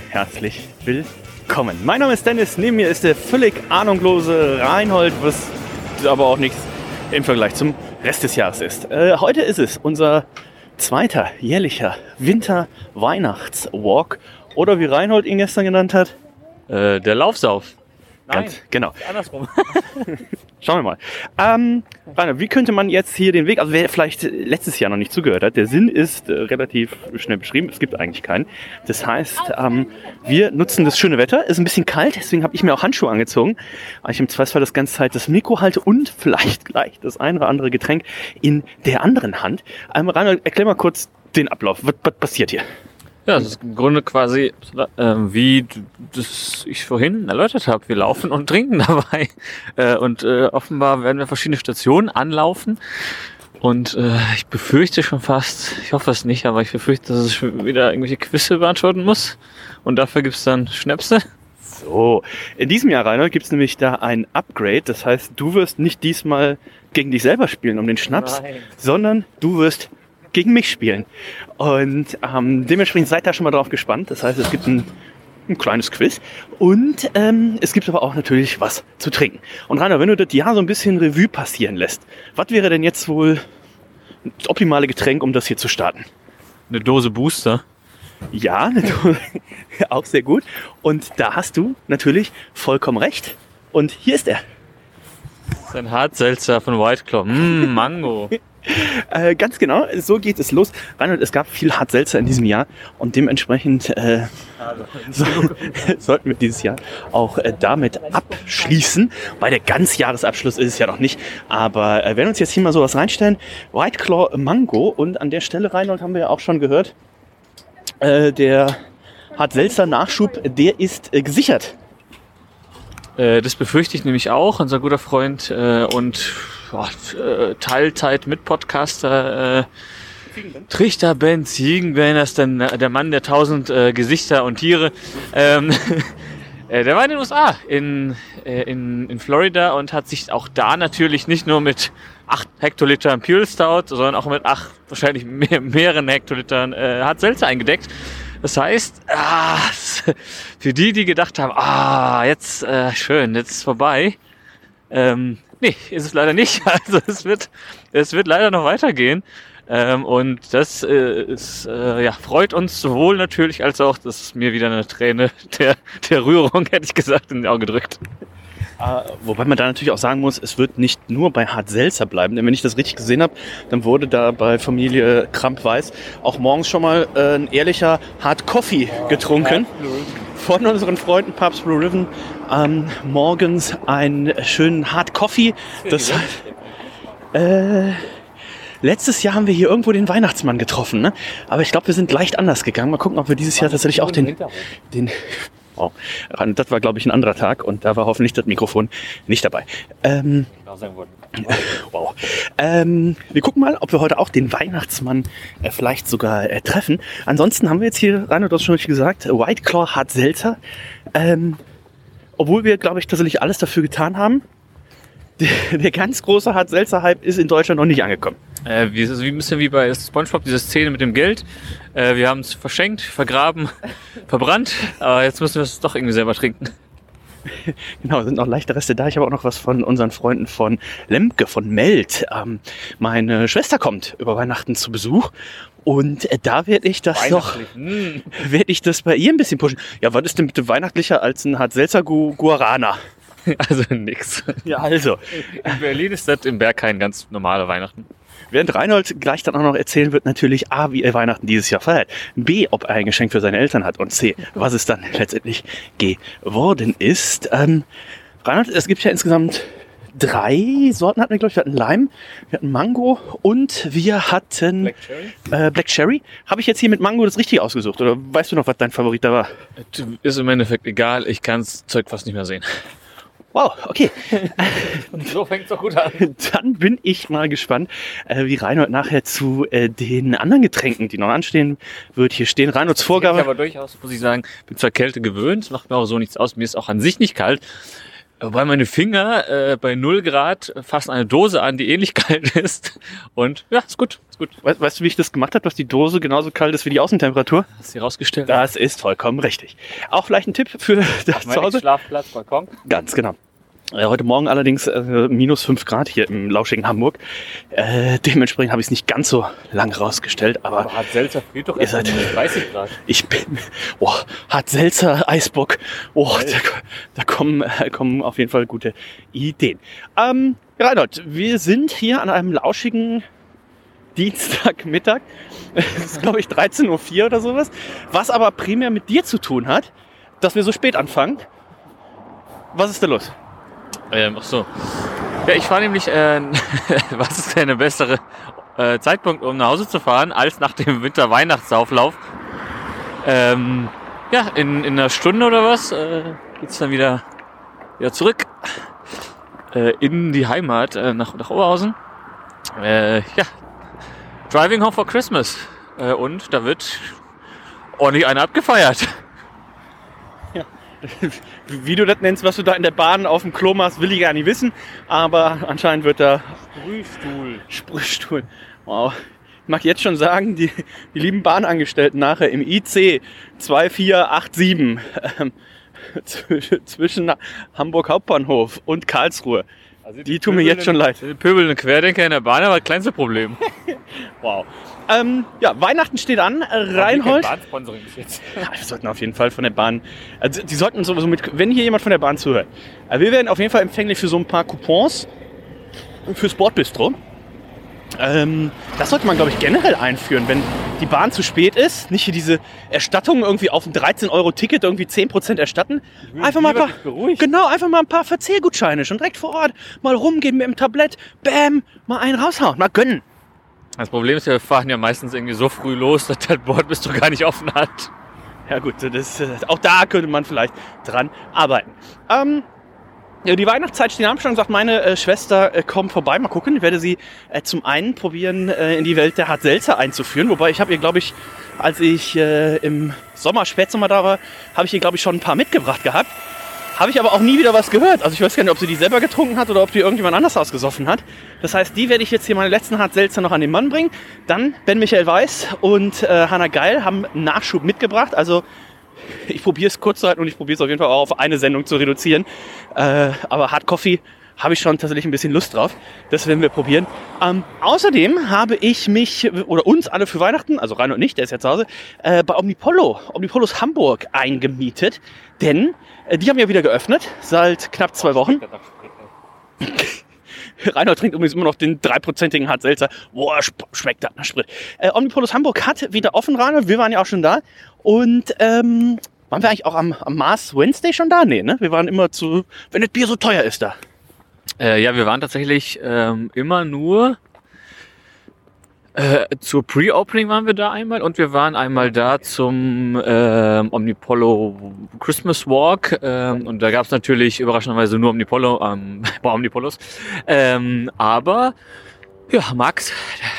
herzlich willkommen. Mein Name ist Dennis, neben mir ist der völlig ahnungslose Reinhold, was aber auch nichts im Vergleich zum Rest des Jahres ist. Heute ist es unser zweiter jährlicher Winter-Weihnachts-Walk oder wie Reinhold ihn gestern genannt hat. Der Laufsauf. Ganz genau. Andersrum. Schauen wir mal. Rainer, wie könnte man jetzt hier den Weg, also wer vielleicht letztes Jahr noch nicht zugehört hat, der Sinn ist relativ schnell beschrieben, es gibt eigentlich keinen. Das heißt, wir nutzen das schöne Wetter, ist ein bisschen kalt, deswegen habe ich mir auch Handschuhe angezogen, weil ich im Zweifelsfall das ganze Zeit das Mikro halte und vielleicht gleich das ein oder andere Getränk in der anderen Hand. Rainer, erklär mal kurz den Ablauf, was passiert hier? Ja, das ist im Grunde quasi, wie das ich vorhin erläutert habe. Wir laufen und trinken dabei. Offenbar werden wir verschiedene Stationen anlaufen. Und ich befürchte schon fast, ich hoffe es nicht, aber ich befürchte, dass ich schon wieder irgendwelche Quizze beantworten muss. Und dafür gibt's dann Schnäpse. So, in diesem Jahr, Rainer, gibt's nämlich da ein Upgrade. Das heißt, du wirst nicht diesmal gegen dich selber spielen um den Schnaps, sondern du wirst gegen mich spielen. Und dementsprechend seid da schon mal drauf gespannt. Das heißt, es gibt ein kleines Quiz und es gibt aber auch natürlich was zu trinken. Und Rainer, wenn du das Jahr so ein bisschen Revue passieren lässt, was wäre denn jetzt wohl das optimale Getränk, um das hier zu starten? Eine Dose Booster. Ja, eine Dose, auch sehr gut. Und da hast du natürlich vollkommen recht. Und hier ist er. Das ist ein Hartselzer von White Claw. Mango. Ganz genau, so geht es los. Reinhold, es gab viel Hartselzer in diesem Jahr und dementsprechend sollten wir dieses Jahr auch damit abschließen. Bei der Ganzjahresabschluss ist es ja noch nicht, aber wir werden uns jetzt hier mal sowas reinstellen. White Claw Mango und an der Stelle, Reinhold, haben wir ja auch schon gehört, der Hartselzer Nachschub, der ist gesichert. Das befürchte ich nämlich auch. Unser guter Freund und Teilzeit mit Podcaster Trichter Ben Ziegenben, das ist dann der Mann der 1000 Gesichter und Tiere. Der war in den USA, in Florida und hat sich auch da natürlich nicht nur mit 8 Hektolitern Pure Stout, sondern auch mit wahrscheinlich mehreren Hektolitern Hartselzer eingedeckt. Das heißt, für die gedacht haben, jetzt schön, jetzt ist vorbei. Nee, ist es leider nicht. Also es wird leider noch weitergehen. Und das freut uns sowohl natürlich, als auch, dass es mir wieder eine Träne der Rührung, hätte ich gesagt, in die Augen gedrückt. Wobei man da natürlich auch sagen muss, es wird nicht nur bei Hartselzer bleiben, denn wenn ich das richtig gesehen habe, dann wurde da bei Familie Kramp-Weiß auch morgens schon mal ein ehrlicher Hard Coffee getrunken. Von unseren Freunden Pabst Blue Ribbon morgens einen schönen Hard Coffee. Das letztes Jahr haben wir hier irgendwo den Weihnachtsmann getroffen, ne? Aber ich glaube, wir sind leicht anders gegangen. Mal gucken, ob wir dieses Jahr tatsächlich auch den das war, glaube ich, ein anderer Tag und da war hoffentlich das Mikrofon nicht dabei. Wow. Wir gucken mal, ob wir heute auch den Weihnachtsmann vielleicht sogar treffen. Ansonsten haben wir jetzt hier, Rainer, du hast schon richtig gesagt, White Claw Hartselzer. Obwohl wir, glaube ich, tatsächlich alles dafür getan haben. Der ganz große Hartselzer-Hype ist in Deutschland noch nicht angekommen. Ein bisschen wie bei SpongeBob, diese Szene mit dem Geld. Wir haben es verschenkt, vergraben, verbrannt, aber jetzt müssen wir es doch irgendwie selber trinken. Genau, sind noch leichte Reste da. Ich habe auch noch was von unseren Freunden von Lemke, von Meld. Meine Schwester kommt über Weihnachten zu Besuch und da werde ich das bei ihr ein bisschen pushen. Ja, was ist denn bitte weihnachtlicher als ein Hartselzer Guarana? Also nix. Ja, also. In Berlin ist das im Berg kein ganz normaler Weihnachten. Während Reinhold gleich dann auch noch erzählen wird, natürlich A, wie er Weihnachten diesesHr feiert, B, ob er ein Geschenk für seine Eltern hat und C, was es dann letztendlich geworden ist. Reinhold, es gibt ja insgesamt 3 Sorten hatten wir, glaube ich. Wir hatten Lime, wir hatten Mango und wir hatten Black Cherry. Habe ich jetzt hier mit Mango das richtig ausgesucht oder weißt du noch, was dein Favorit da war? Ist im Endeffekt egal, ich kann das Zeug fast nicht mehr sehen. Wow, okay. Und so fängt es doch gut an. Dann bin ich mal gespannt, wie Reinhold nachher zu den anderen Getränken, die noch anstehen, wird hier stehen. Reinholds Vorgabe. Ich aber durchaus, muss ich sagen, bin zwar Kälte gewöhnt, macht mir auch so nichts aus. Mir ist auch an sich nicht kalt. Wobei meine Finger bei 0 Grad fassen eine Dose an, die ähnlich kalt ist. Und ja, ist gut. Weißt du, wie ich das gemacht habe, dass die Dose genauso kalt ist wie die Außentemperatur? Hast du rausgestellt? Das ist vollkommen richtig. Auch vielleicht ein Tipp für das zu Hause. Schlafplatz, Balkon. Ganz genau. Heute Morgen allerdings minus 5 Grad hier im lauschigen Hamburg. Dementsprechend habe ich es nicht ganz so lang rausgestellt. Aber Hart Seltzer friert doch erst minus 30 Grad. Hart Seltzer, Eisbock. Da kommen auf jeden Fall gute Ideen. Reinhold, wir sind hier an einem lauschigen Dienstagmittag. Es ist, glaube ich, 13.04 Uhr oder sowas. Was aber primär mit dir zu tun hat, dass wir so spät anfangen. Was ist da los? Ach so. Ja, ich fahre nämlich, was ist denn der bessere Zeitpunkt, um nach Hause zu fahren, als nach dem Winter-Weihnachtsauflauf. Ja, in einer Stunde oder was geht's dann wieder zurück in die Heimat, nach Oberhausen. Ja, Driving Home for Christmas. Und da wird ordentlich einer abgefeiert. Wie du das nennst, was du da in der Bahn auf dem Klo machst, will ich gar nicht wissen. Aber anscheinend wird da Sprühstuhl. Wow. Ich mag jetzt schon sagen, die lieben Bahnangestellten nachher im IC 2487 zwischen Hamburg Hauptbahnhof und Karlsruhe. Also die tun mir jetzt schon leid. Pöbelnde Querdenker in der Bahn, aber das kleinste Problem. Wow. Ja, Weihnachten steht an. Reinhold. Bahnsponsoring bis jetzt. Ja, wir sollten auf jeden Fall von der Bahn. Also die sollten sowieso wenn hier jemand von der Bahn zuhört. Wir werden auf jeden Fall empfänglich für so ein paar Coupons fürs Bordbistro. Das sollte man, glaube ich, generell einführen, wenn die Bahn zu spät ist. Nicht hier diese Erstattung irgendwie auf ein 13-Euro-Ticket irgendwie 10% erstatten. Einfach mal ein paar Verzehrgutscheine schon direkt vor Ort mal rumgeben mit dem Tablett. Bäm, mal einen raushauen, mal gönnen. Das Problem ist, wir fahren ja meistens irgendwie so früh los, dass das Bordbistro gar nicht offen hat. Ja gut, auch da könnte man vielleicht dran arbeiten. Ja, die Weihnachtszeit steht am Anfang, sagt meine Schwester, komm vorbei, mal gucken. Ich werde sie zum einen probieren, in die Welt der Hart Seltzer einzuführen. Wobei ich habe ihr, glaube ich, als ich im Spätsommer da war, habe ich ihr, glaube ich, schon ein paar mitgebracht gehabt. Habe ich aber auch nie wieder was gehört. Also ich weiß gar nicht, ob sie die selber getrunken hat oder ob die irgendjemand anders ausgesoffen hat. Das heißt, die werde ich jetzt hier meine letzten Hart Seltzer noch an den Mann bringen. Dann Ben Michael Weiß und Hanna Geil haben einen Nachschub mitgebracht. Also ich probiere es kurz zu halten und ich probiere es auf jeden Fall auch auf eine Sendung zu reduzieren. Aber Hard Coffee habe ich schon tatsächlich ein bisschen Lust drauf. Das werden wir probieren. Außerdem habe ich mich oder uns alle für Weihnachten, also Reinhold nicht, der ist ja zu Hause, bei Omnipolos Hamburg eingemietet. Denn die haben ja wieder geöffnet seit knapp 2 Wochen. Reinhold trinkt übrigens immer noch den 3%igen Hart Seltzer. Boah, schmeckt das nach Sprit. Omnipolos Hamburg hat wieder offen, Reinhold. Wir waren ja auch schon da. Und waren wir eigentlich auch am Mars Wednesday schon da? Nee, ne? Wir waren immer wenn das Bier so teuer ist da. Ja, wir waren tatsächlich immer nur zur Pre-Opening waren wir da einmal und wir waren einmal da zum Omnipolo Christmas Walk und da gab es natürlich überraschenderweise nur bei Omnipolos. Aber ja, Max,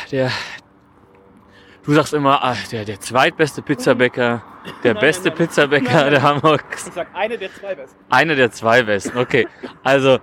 du sagst immer, der zweitbeste Pizzabäcker, der beste Pizzabäcker der Hamburgs. Ich sag eine der 2 besten. Eine der 2 besten, okay. Also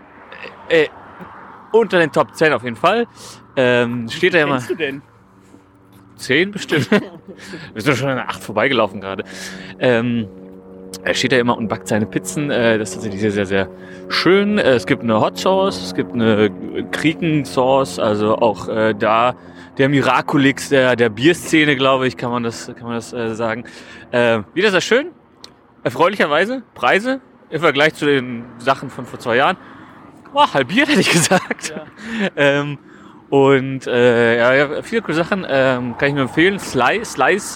unter den Top 10 auf jeden Fall. Steht da immer. Kennst du denn? 10 bestimmt. Wir sind schon an der 8 vorbeigelaufen gerade. Steht da immer und backt seine Pizzen. Das ist tatsächlich sehr, sehr, sehr schön. Es gibt eine Hot Sauce, es gibt eine Krieken Sauce, also auch da der Miraculix der Bierszene, glaube ich, kann man das sagen. Wieder sehr schön. Erfreulicherweise Preise im Vergleich zu den Sachen von vor 2 Jahren. Halbiert, hätte ich gesagt. Ja. Ja, viele coole Sachen kann ich nur empfehlen. Slice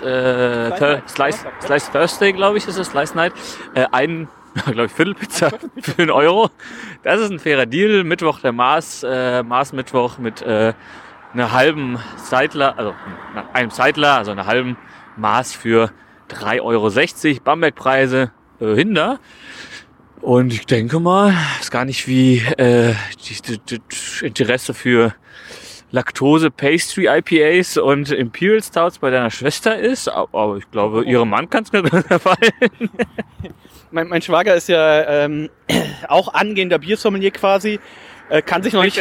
Thursday, glaube ich, ist es, Slice Night. Glaube ich, Viertelpizza für €1. Das ist ein fairer Deal. Mittwoch der Mars Mittwoch mit einer halben Seidler, also einem Seidler, also einer halben Maß für €3,60. Bamberg-Preise Hinder. Und ich denke mal, ist gar nicht wie das Interesse für Laktose Pastry IPAs und Imperial Stouts bei deiner Schwester ist, aber ich glaube, ihrem Mann kann es mir gefallen. Mein Schwager ist ja auch angehender Biersommelier quasi. Kann sich noch nicht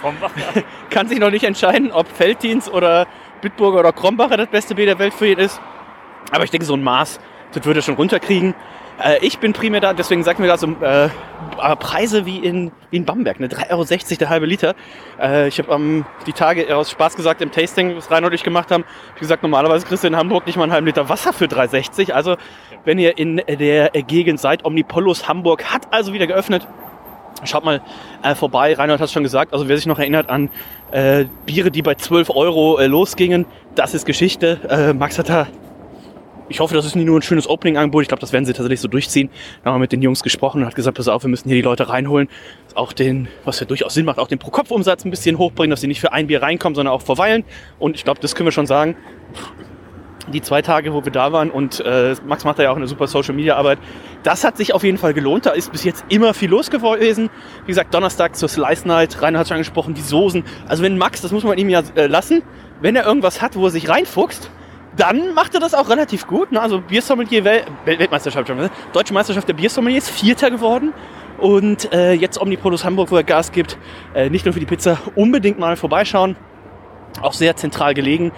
entscheiden, ob Veltins oder Bitburger oder Krombacher das beste Bier der Welt für ihn ist. Aber ich denke, so ein Maß, das würde er schon runterkriegen. Ich bin primär da, deswegen sagt mir da so Preise wie in Bamberg, ne? 3,60 € der halbe Liter. Ich habe die Tage aus Spaß gesagt, im Tasting, was Rainer und ich gemacht haben, wie gesagt, normalerweise kriegst du in Hamburg nicht mal einen halben Liter Wasser für 3,60 €. Also, wenn ihr in der Gegend seid, Omnipollos Hamburg hat also wieder geöffnet. Schaut mal vorbei, Reinhard hat es schon gesagt, also wer sich noch erinnert an Biere, die bei 12 € losgingen, das ist Geschichte. Max hat da, ich hoffe, das ist nicht nur ein schönes Opening-Angebot, ich glaube, das werden sie tatsächlich so durchziehen. Da haben wir mit den Jungs gesprochen und hat gesagt, pass auf, wir müssen hier die Leute reinholen. Auch was ja durchaus Sinn macht, auch den Pro-Kopf-Umsatz ein bisschen hochbringen, dass sie nicht für ein Bier reinkommen, sondern auch verweilen. Und ich glaube, das können wir schon sagen. Die 2 Tage, wo wir da waren und Max macht da ja auch eine super Social-Media-Arbeit, das hat sich auf jeden Fall gelohnt. Da ist bis jetzt immer viel los gewesen. Wie gesagt, Donnerstag zur Slice Night, Rainer hat schon angesprochen, die Soßen. Also wenn Max, das muss man ihm ja lassen, wenn er irgendwas hat, wo er sich reinfuchst, dann macht er das auch relativ gut. Ne? Also Biersommelier, Weltmeisterschaft, Deutsche Meisterschaft der Biersommelier ist 4. geworden. Und jetzt Omnipollos Hamburg, wo er Gas gibt, nicht nur für die Pizza, unbedingt mal vorbeischauen. Auch sehr zentral gelegen.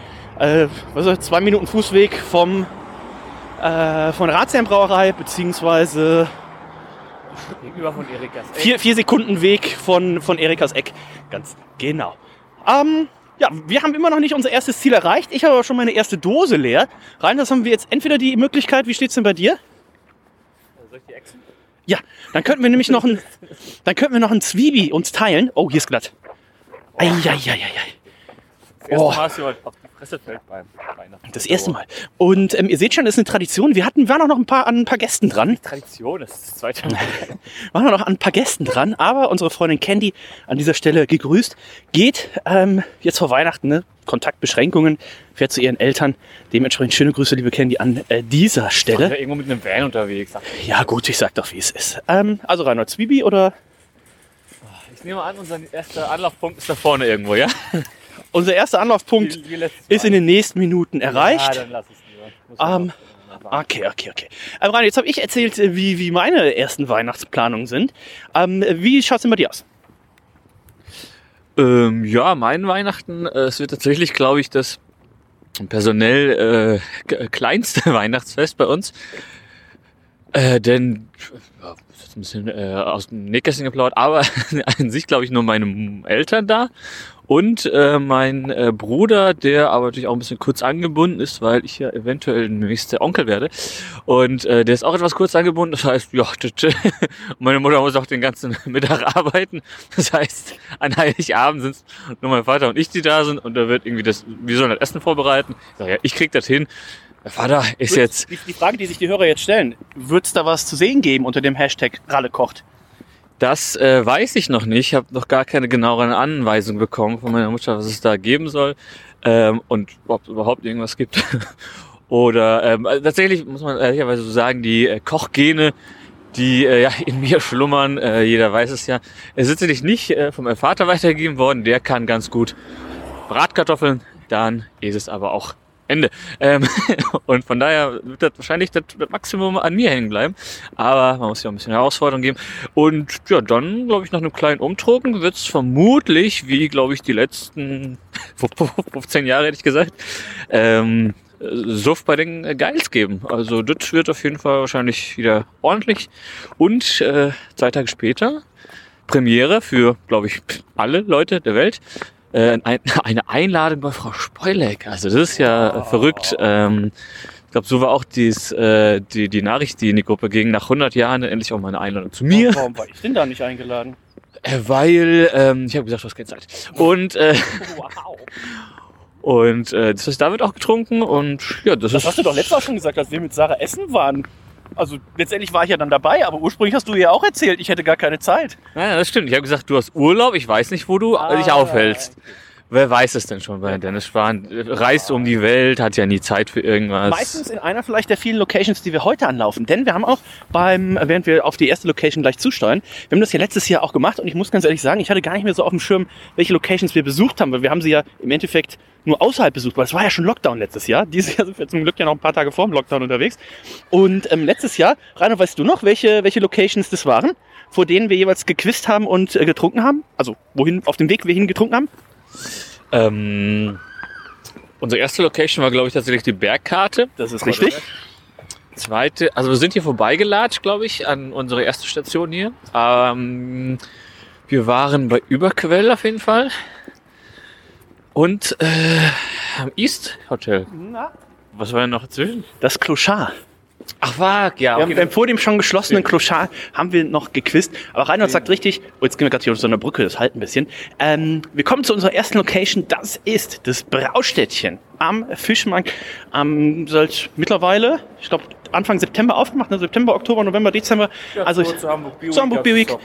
2 Minuten Fußweg von der Ratsherrenbrauerei, beziehungsweise gegenüber von Erikas Eck. 4 Sekunden Weg von Erikas Eck. Ganz genau. Ja, wir haben immer noch nicht unser erstes Ziel erreicht. Ich habe aber schon meine erste Dose leer. Das haben wir jetzt entweder die Möglichkeit, wie steht's denn bei dir? Soll ich die exen? Ja, dann könnten wir nämlich noch ein Zwiebel uns teilen. Oh, hier ist glatt. Eieieiei. Das erste Mal hast du auf die Fresse fällt beim Weihnachten. Das erste Mal. Und ihr seht schon, das ist eine Tradition. Wir waren auch noch an ein paar Gästen dran. Tradition, das ist das zweite Mal. Waren noch an ein paar Gästen dran, aber unsere Freundin Candy, an dieser Stelle gegrüßt, geht jetzt vor Weihnachten, ne? Kontaktbeschränkungen, fährt zu ihren Eltern. Dementsprechend schöne Grüße, liebe Candy, an dieser Stelle. Ich war irgendwo mit einem Van unterwegs. Ja gut, ich sag doch, wie es ist. Also Reinhard, Zwiebel oder? Ich nehme an, unser erster Anlaufpunkt ist da vorne irgendwo, ja? Unser erster Anlaufpunkt ist in den nächsten Minuten erreicht. Ja, dann lass es lieber. Okay. Reinhard, jetzt habe ich erzählt, wie meine ersten Weihnachtsplanungen sind. Wie schaut es denn bei dir aus? Ja, mein Weihnachten, es wird tatsächlich, glaube ich, das personell kleinste Weihnachtsfest bei uns. Denn, das ist ein bisschen aus dem Nähkästchen geplaudert, aber an sich, glaube ich, nur meine Eltern da. Und mein Bruder, der aber natürlich auch ein bisschen kurz angebunden ist, weil ich ja eventuell nächster Onkel werde. Und der ist auch etwas kurz angebunden. Das heißt, ja, meine Mutter muss auch den ganzen Mittag arbeiten. Das heißt, an Heiligabend sind es nur mein Vater und ich, die da sind. Und da wird irgendwie wir sollen das Essen vorbereiten. Ich sage, ja, ich krieg das hin. Der Vater ist jetzt... Die Frage, die sich die Hörer jetzt stellen, wird es da was zu sehen geben unter dem Hashtag Ralle kocht? Das weiß ich noch nicht. Ich habe noch gar keine genaueren Anweisungen bekommen von meiner Mutter, was es da geben soll und ob es überhaupt irgendwas gibt. Oder tatsächlich muss man ehrlicherweise so sagen, die Kochgene, die in mir schlummern, jeder weiß es ja, sind nicht von meinem Vater weitergegeben worden. Der kann ganz gut Bratkartoffeln, dann ist es aber auch Ende. Und von daher wird das wahrscheinlich das Maximum an mir hängen bleiben. Aber man muss ja auch ein bisschen Herausforderung geben. Und ja, dann, glaube ich, nach einem kleinen Umdrucken wird es vermutlich, wie, glaube ich, die letzten 15 Jahre, hätte ich gesagt, Suff bei den Geils geben. Also das wird auf jeden Fall wahrscheinlich wieder ordentlich. Und 2 Tage später Premiere für, glaube ich, alle Leute der Welt. Eine Einladung bei Frau Spoileck. Also das ist ja verrückt. Ich glaube, so war auch die Nachricht, die in die Gruppe ging. Nach 100 Jahren endlich auch mal eine Einladung zu mir. Warum war ich denn da nicht eingeladen? Weil, ich habe gesagt, du hast keine Zeit. Und, wow. Und das heißt, da wird auch getrunken und ja, das ist... Das hast du doch letztes Mal schon gesagt, als wir mit Sarah essen waren. Also letztendlich war ich ja dann dabei, aber ursprünglich hast du ja auch erzählt, ich hätte gar keine Zeit. Ja, das stimmt. Ich habe gesagt, du hast Urlaub, ich weiß nicht, wo du dich aufhältst. Wer weiß es denn schon bei Dennis Spahn? Reist um die Welt, hat ja nie Zeit für irgendwas. Meistens in einer vielleicht der vielen Locations, die wir heute anlaufen. Denn wir haben auch während wir auf die erste Location gleich zusteuern, wir haben das ja letztes Jahr auch gemacht und ich muss ganz ehrlich sagen, ich hatte gar nicht mehr so auf dem Schirm, welche Locations wir besucht haben, weil wir haben sie ja im Endeffekt nur außerhalb besucht, weil es war ja schon Lockdown letztes Jahr. Dieses Jahr sind wir zum Glück ja noch ein paar Tage vor dem Lockdown unterwegs. Und letztes Jahr, Rainer, weißt du noch, welche Locations das waren, vor denen wir jeweils gequizt haben und getrunken haben? Also auf dem Weg wir hin getrunken haben? Unsere erste Location war, glaube ich, tatsächlich die Bergkarte. Das ist richtig. Zweite, also wir sind hier vorbeigelatscht, glaube ich, an unsere erste Station hier. Wir waren bei Überquell auf jeden Fall. Und am East Hotel. Na? Was war denn noch dazwischen? Das Clochard. Ach, fuck, ja. Okay. Wir haben vor dem schon geschlossenen Clochard haben wir noch gequizt. Aber Reinhard sagt richtig, jetzt gehen wir gerade hier auf so einer Brücke, das halt ein bisschen. Wir kommen zu unserer ersten Location, das ist das Braustädtchen am Fischmarkt. Seit mittlerweile, ich glaube, Anfang September aufgemacht, ne? September, Oktober, November, Dezember. Ja, also zu Hamburg Beer Hamburg Beer Week.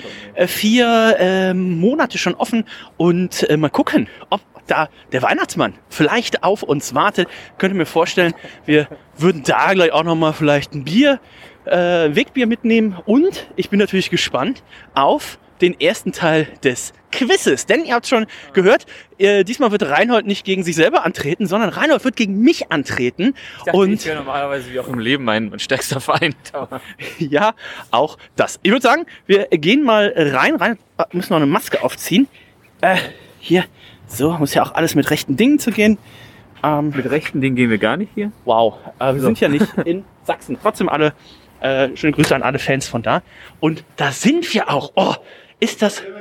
4 Monate schon offen und mal gucken, ob da der Weihnachtsmann vielleicht auf uns wartet. Könnte mir vorstellen, wir würden da gleich auch nochmal vielleicht ein Bier, Wegbier mitnehmen. Und ich bin natürlich gespannt auf den ersten Teil des Quizzes. Denn ihr habt schon gehört, diesmal wird Reinhold nicht gegen sich selber antreten, sondern Reinhold wird gegen mich antreten. Ich dachte, ich wäre normalerweise wie auch im Leben mein stärkster Feind. Aber ja, auch das. Ich würde sagen, wir gehen mal rein. Müssen noch eine Maske aufziehen. Hier. So, muss ja auch alles mit rechten Dingen zu gehen. Mit rechten Dingen gehen wir gar nicht hier. Wow, wir sind ja nicht in Sachsen. Trotzdem alle, schöne Grüße an alle Fans von da. Und da sind wir auch. Oh, ist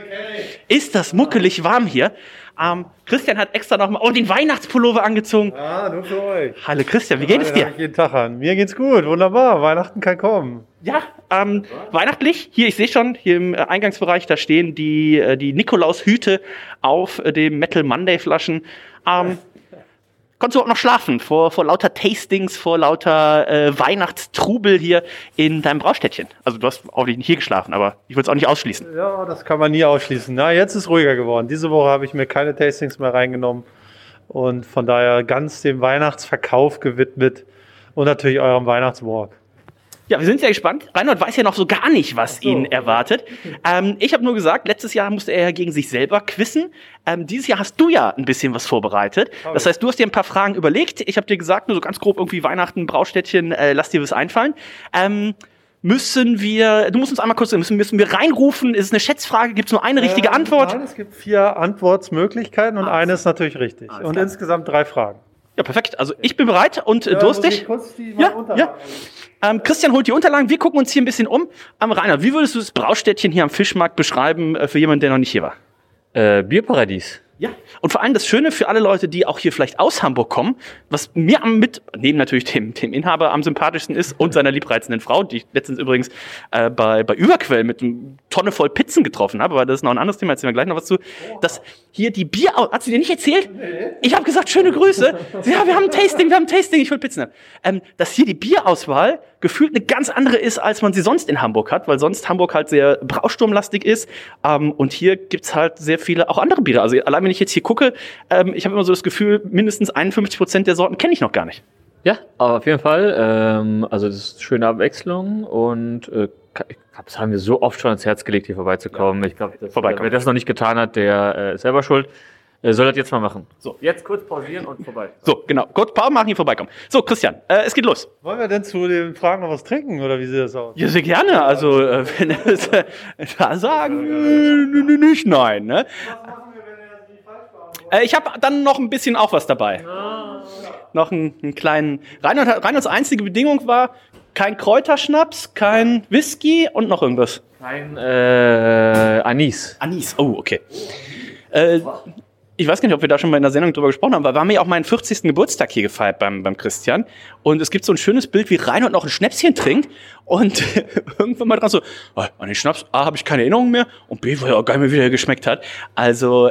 das muckelig warm hier. Christian hat extra nochmal den Weihnachtspullover angezogen. Ah, nur für euch. Hallo Christian, wie geht es dir? Jeden Tag an. Mir geht's gut, wunderbar. Weihnachten kann kommen. Ja, weihnachtlich. Hier, ich sehe schon, hier im Eingangsbereich, da stehen die Nikolaushüte auf dem Metal Monday Flaschen. Konntest du auch noch schlafen vor lauter Tastings, vor lauter Weihnachtstrubel hier in deinem Braustädtchen? Also du hast auch nicht hier geschlafen, aber ich würde es auch nicht ausschließen. Ja, das kann man nie ausschließen. Na, jetzt ist ruhiger geworden. Diese Woche habe ich mir keine Tastings mehr reingenommen und von daher ganz dem Weihnachtsverkauf gewidmet und natürlich eurem Weihnachtswalk. Ja, wir sind sehr gespannt. Reinhold weiß ja noch so gar nicht, was ihn erwartet. Ich habe nur gesagt, letztes Jahr musste er ja gegen sich selber quizzen. Dieses Jahr hast du ja ein bisschen was vorbereitet. Das heißt, du hast dir ein paar Fragen überlegt. Ich habe dir gesagt, nur so ganz grob irgendwie Weihnachten, Braustädtchen, lass dir was einfallen. Du musst uns einmal kurz, müssen wir reinrufen? Ist es eine Schätzfrage? Gibt es nur eine richtige Antwort? Nein, es gibt 4 Antwortmöglichkeiten und eine ist natürlich richtig. Und insgesamt 3 Fragen. Ja, perfekt. Also ich bin bereit und durstig. Ja. Christian holt die Unterlagen. Wir gucken uns hier ein bisschen um. Rainer, wie würdest du das Braustädtchen hier am Fischmarkt beschreiben für jemanden, der noch nicht hier war? Bierparadies. Ja, und vor allem das Schöne für alle Leute, die auch hier vielleicht aus Hamburg kommen, was mir neben natürlich dem Inhaber am sympathischsten ist und seiner liebreizenden Frau, die ich letztens übrigens bei Überquell mit einer Tonne voll Pizzen getroffen habe, aber das ist noch ein anderes Thema, erzählen wir gleich noch was zu, dass hier die Bier... Hat sie dir nicht erzählt? Nee. Ich habe gesagt, schöne Grüße. Ja, wir haben ein Tasting, ich will Pizzen haben. Dass hier die Bierauswahl gefühlt eine ganz andere ist, als man sie sonst in Hamburg hat, weil sonst Hamburg halt sehr brausturmlastig ist. Und hier gibt's halt sehr viele auch andere Biere. Also allein wenn ich jetzt hier gucke, ich habe immer so das Gefühl, mindestens 51% der Sorten kenne ich noch gar nicht. Ja, aber auf jeden Fall. Also das ist eine schöne Abwechslung und das haben wir so oft schon ans Herz gelegt, hier vorbeizukommen. Ja. Ich glaube, wer das noch nicht getan hat, der ist selber schuld. Soll das jetzt mal machen. So, jetzt kurz pausieren und vorbei. So, genau. Kurz Pause machen, hier vorbeikommen. So, Christian, es geht los. Wollen wir denn zu den Fragen noch was trinken oder wie sieht das aus? Ja, sehr gerne. Also, wenn es da sagen, nicht nein. Ne? Was machen wir, wenn er das nicht falsch machen? Ich habe dann noch ein bisschen auch was dabei. Noch einen kleinen... Reinholds einzige Bedingung war, kein Kräuterschnaps, kein Whisky und noch irgendwas. Kein Anis. Anis, oh, okay. Ich weiß gar nicht, ob wir da schon mal in der Sendung drüber gesprochen haben, weil wir haben ja auch meinen 40. Geburtstag hier gefeiert beim Christian. Und es gibt so ein schönes Bild, wie Reinhold noch ein Schnäpschen trinkt und irgendwann mal dran so, an den Schnaps, A, habe ich keine Erinnerung mehr und B, war ja auch geil, wie der geschmeckt hat. Also,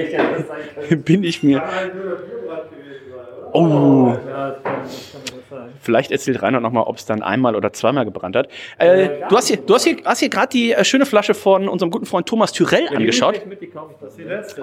bin ich mir... Oh. Vielleicht erzählt Reinhard nochmal, ob es dann einmal oder zweimal gebrannt hat. Du hast hier gerade die schöne Flasche von unserem guten Freund Thomas Tyrell angeschaut. Das ist die letzte.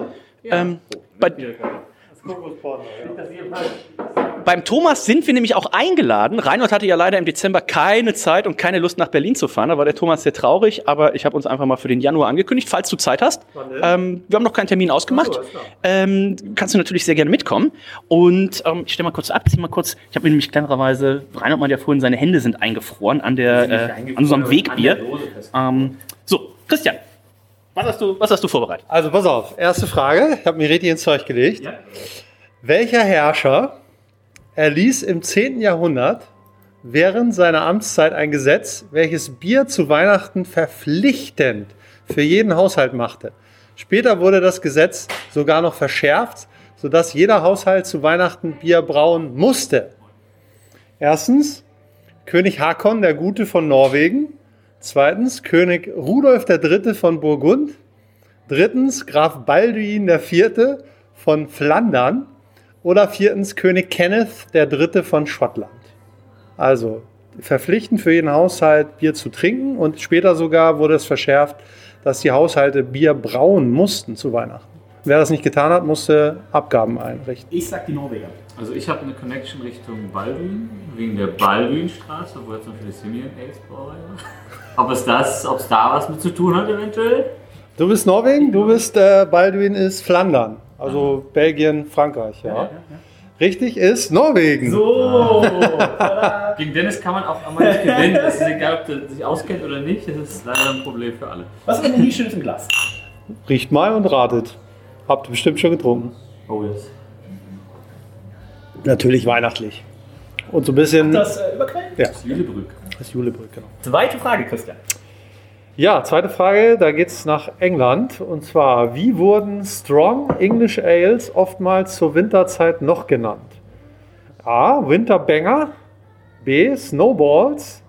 Beim Thomas sind wir nämlich auch eingeladen. Reinhard hatte ja leider im Dezember keine Zeit und keine Lust nach Berlin zu fahren. Da war der Thomas sehr traurig, aber ich habe uns einfach mal für den Januar angekündigt, falls du Zeit hast. Wir haben noch keinen Termin ausgemacht. Kannst du natürlich sehr gerne mitkommen. Und ich stelle mal kurz ab, ich habe mir nämlich klarerweise, Reinhard meinte ja vorhin, seine Hände sind eingefroren an unserem Wegbier. So, Christian, was hast du vorbereitet? Also pass auf, erste Frage. Ich habe mir richtig ins Zeug gelegt. Ja. Welcher Herrscher erließ im 10. Jahrhundert während seiner Amtszeit ein Gesetz, welches Bier zu Weihnachten verpflichtend für jeden Haushalt machte? Später wurde das Gesetz sogar noch verschärft, sodass jeder Haushalt zu Weihnachten Bier brauen musste. Erstens König Hakon der Gute von Norwegen. Zweitens König Rudolf III. Von Burgund. Drittens Graf Balduin IV. Von Flandern. Oder viertens König Kenneth III. Von Schottland. Also verpflichtend für jeden Haushalt Bier zu trinken und später sogar wurde es verschärft, dass die Haushalte Bier brauen mussten zu Weihnachten. Wer das nicht getan hat, musste Abgaben einrichten. Ich sag die Norweger. Also ich habe eine Connection Richtung Balduin, wegen der Balduinstraße, wo jetzt noch viele Simeon Ales Brauerei war. Ob es da was mit zu tun hat eventuell? Du bist Norwegen, du bist Balduin ist Flandern, also Belgien, Frankreich, ja. Richtig ist Norwegen. So! Gegen Dennis kann man auch einmal nicht gewinnen. Es ist egal, ob der sich auskennt oder nicht. Das ist leider ein Problem für alle. Was ist denn hier schönes im Glas? Riecht mal und ratet. Habt ihr bestimmt schon getrunken. Oh yes. Natürlich weihnachtlich. Und so ein bisschen... Das Überquellen? Ja. Das Julebrück. Das Julebrück, genau. Zweite Frage, Christian. Ja, zweite Frage, da geht's nach England. Und zwar, wie wurden Strong English Ales oftmals zur Winterzeit noch genannt? A. Winter Banger. B. Snowballs.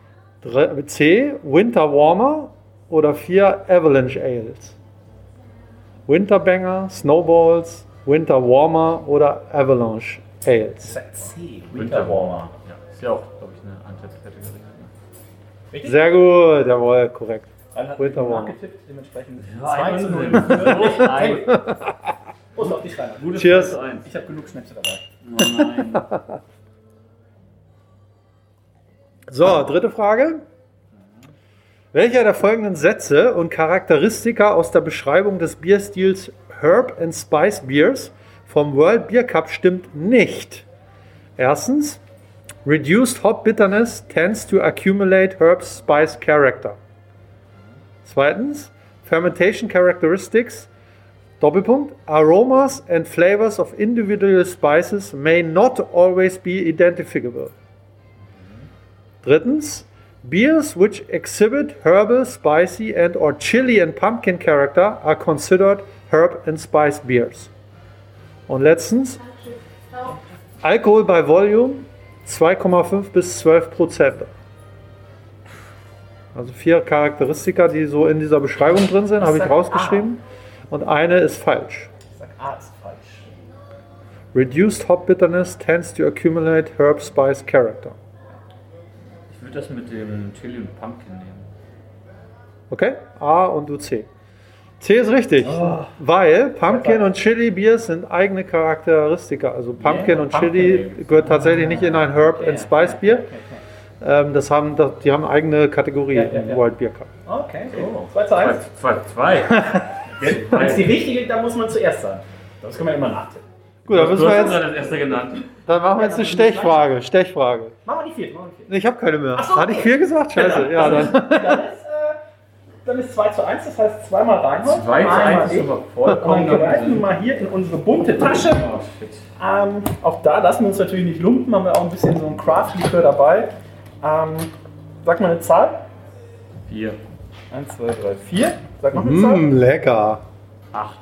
C. Winter Warmer. Oder 4. Avalanche Ales. Winter Banger, Snowballs, Winter Warmer oder Avalanche Ales. C. Winter Warmer. Ja, ist ja auch, glaube ich, eine Antep-Kategorie. Richtig? Sehr gut, jawohl, korrekt. Winter Warmer. Dementsprechend 2:0. Prost auf die Schreiner. Cheers. Ich habe genug Schnäpse dabei. Oh nein. So, dritte Frage. Welcher der folgenden Sätze und Charakteristika aus der Beschreibung des Bierstils Herb and Spice Beers vom World Beer Cup stimmt nicht? Erstens, reduced hop bitterness tends to accumulate herb's spice character. Zweitens, fermentation characteristics, Doppelpunkt, aromas and flavors of individual spices may not always be identifiable. Drittens, beers which exhibit herbal, spicy and or chili and pumpkin character are considered herb and spice beers. Und letztens, Alkohol bei Volume 2,5 bis 12%. Also 4 Charakteristika, die so in dieser Beschreibung drin sind, habe ich rausgeschrieben. Und eine ist falsch. Ich sag A ist falsch. Reduced hop bitterness tends to accumulate herb spice character. Ich würde das mit dem Chili und Pumpkin nehmen. Okay? A und du C. C ist richtig, weil Pumpkin und Chili Biers sind eigene Charakteristika. Also Pumpkin und Chili gehört tatsächlich nicht in ein Herb and Spice Bier. Die haben eigene Kategorie im World Beer Cup. Okay, so. 2:1. 2:2. Wenn es die richtige, dann muss man zuerst sagen. Das können wir immer nachtippen. Gut, dann müssen wir jetzt. Das erste genannt. Dann machen wir jetzt eine Stechfrage. Machen wir die vierte. Ich habe keine mehr. Ach so, Hatte ich 4 gesagt? Scheiße. Ja, dann ist 2:1, das heißt zweimal Reinhold. 2:1 ist aber vollkommen. Und dann greifen wir mal hier in unsere bunte Tasche. Auch da lassen wir uns natürlich nicht lumpen, haben wir auch ein bisschen so ein Craft-Likör dabei. Sag mal eine Zahl. 4. 1, 2, 3, 4. Sag noch eine Zahl. Lecker. 8.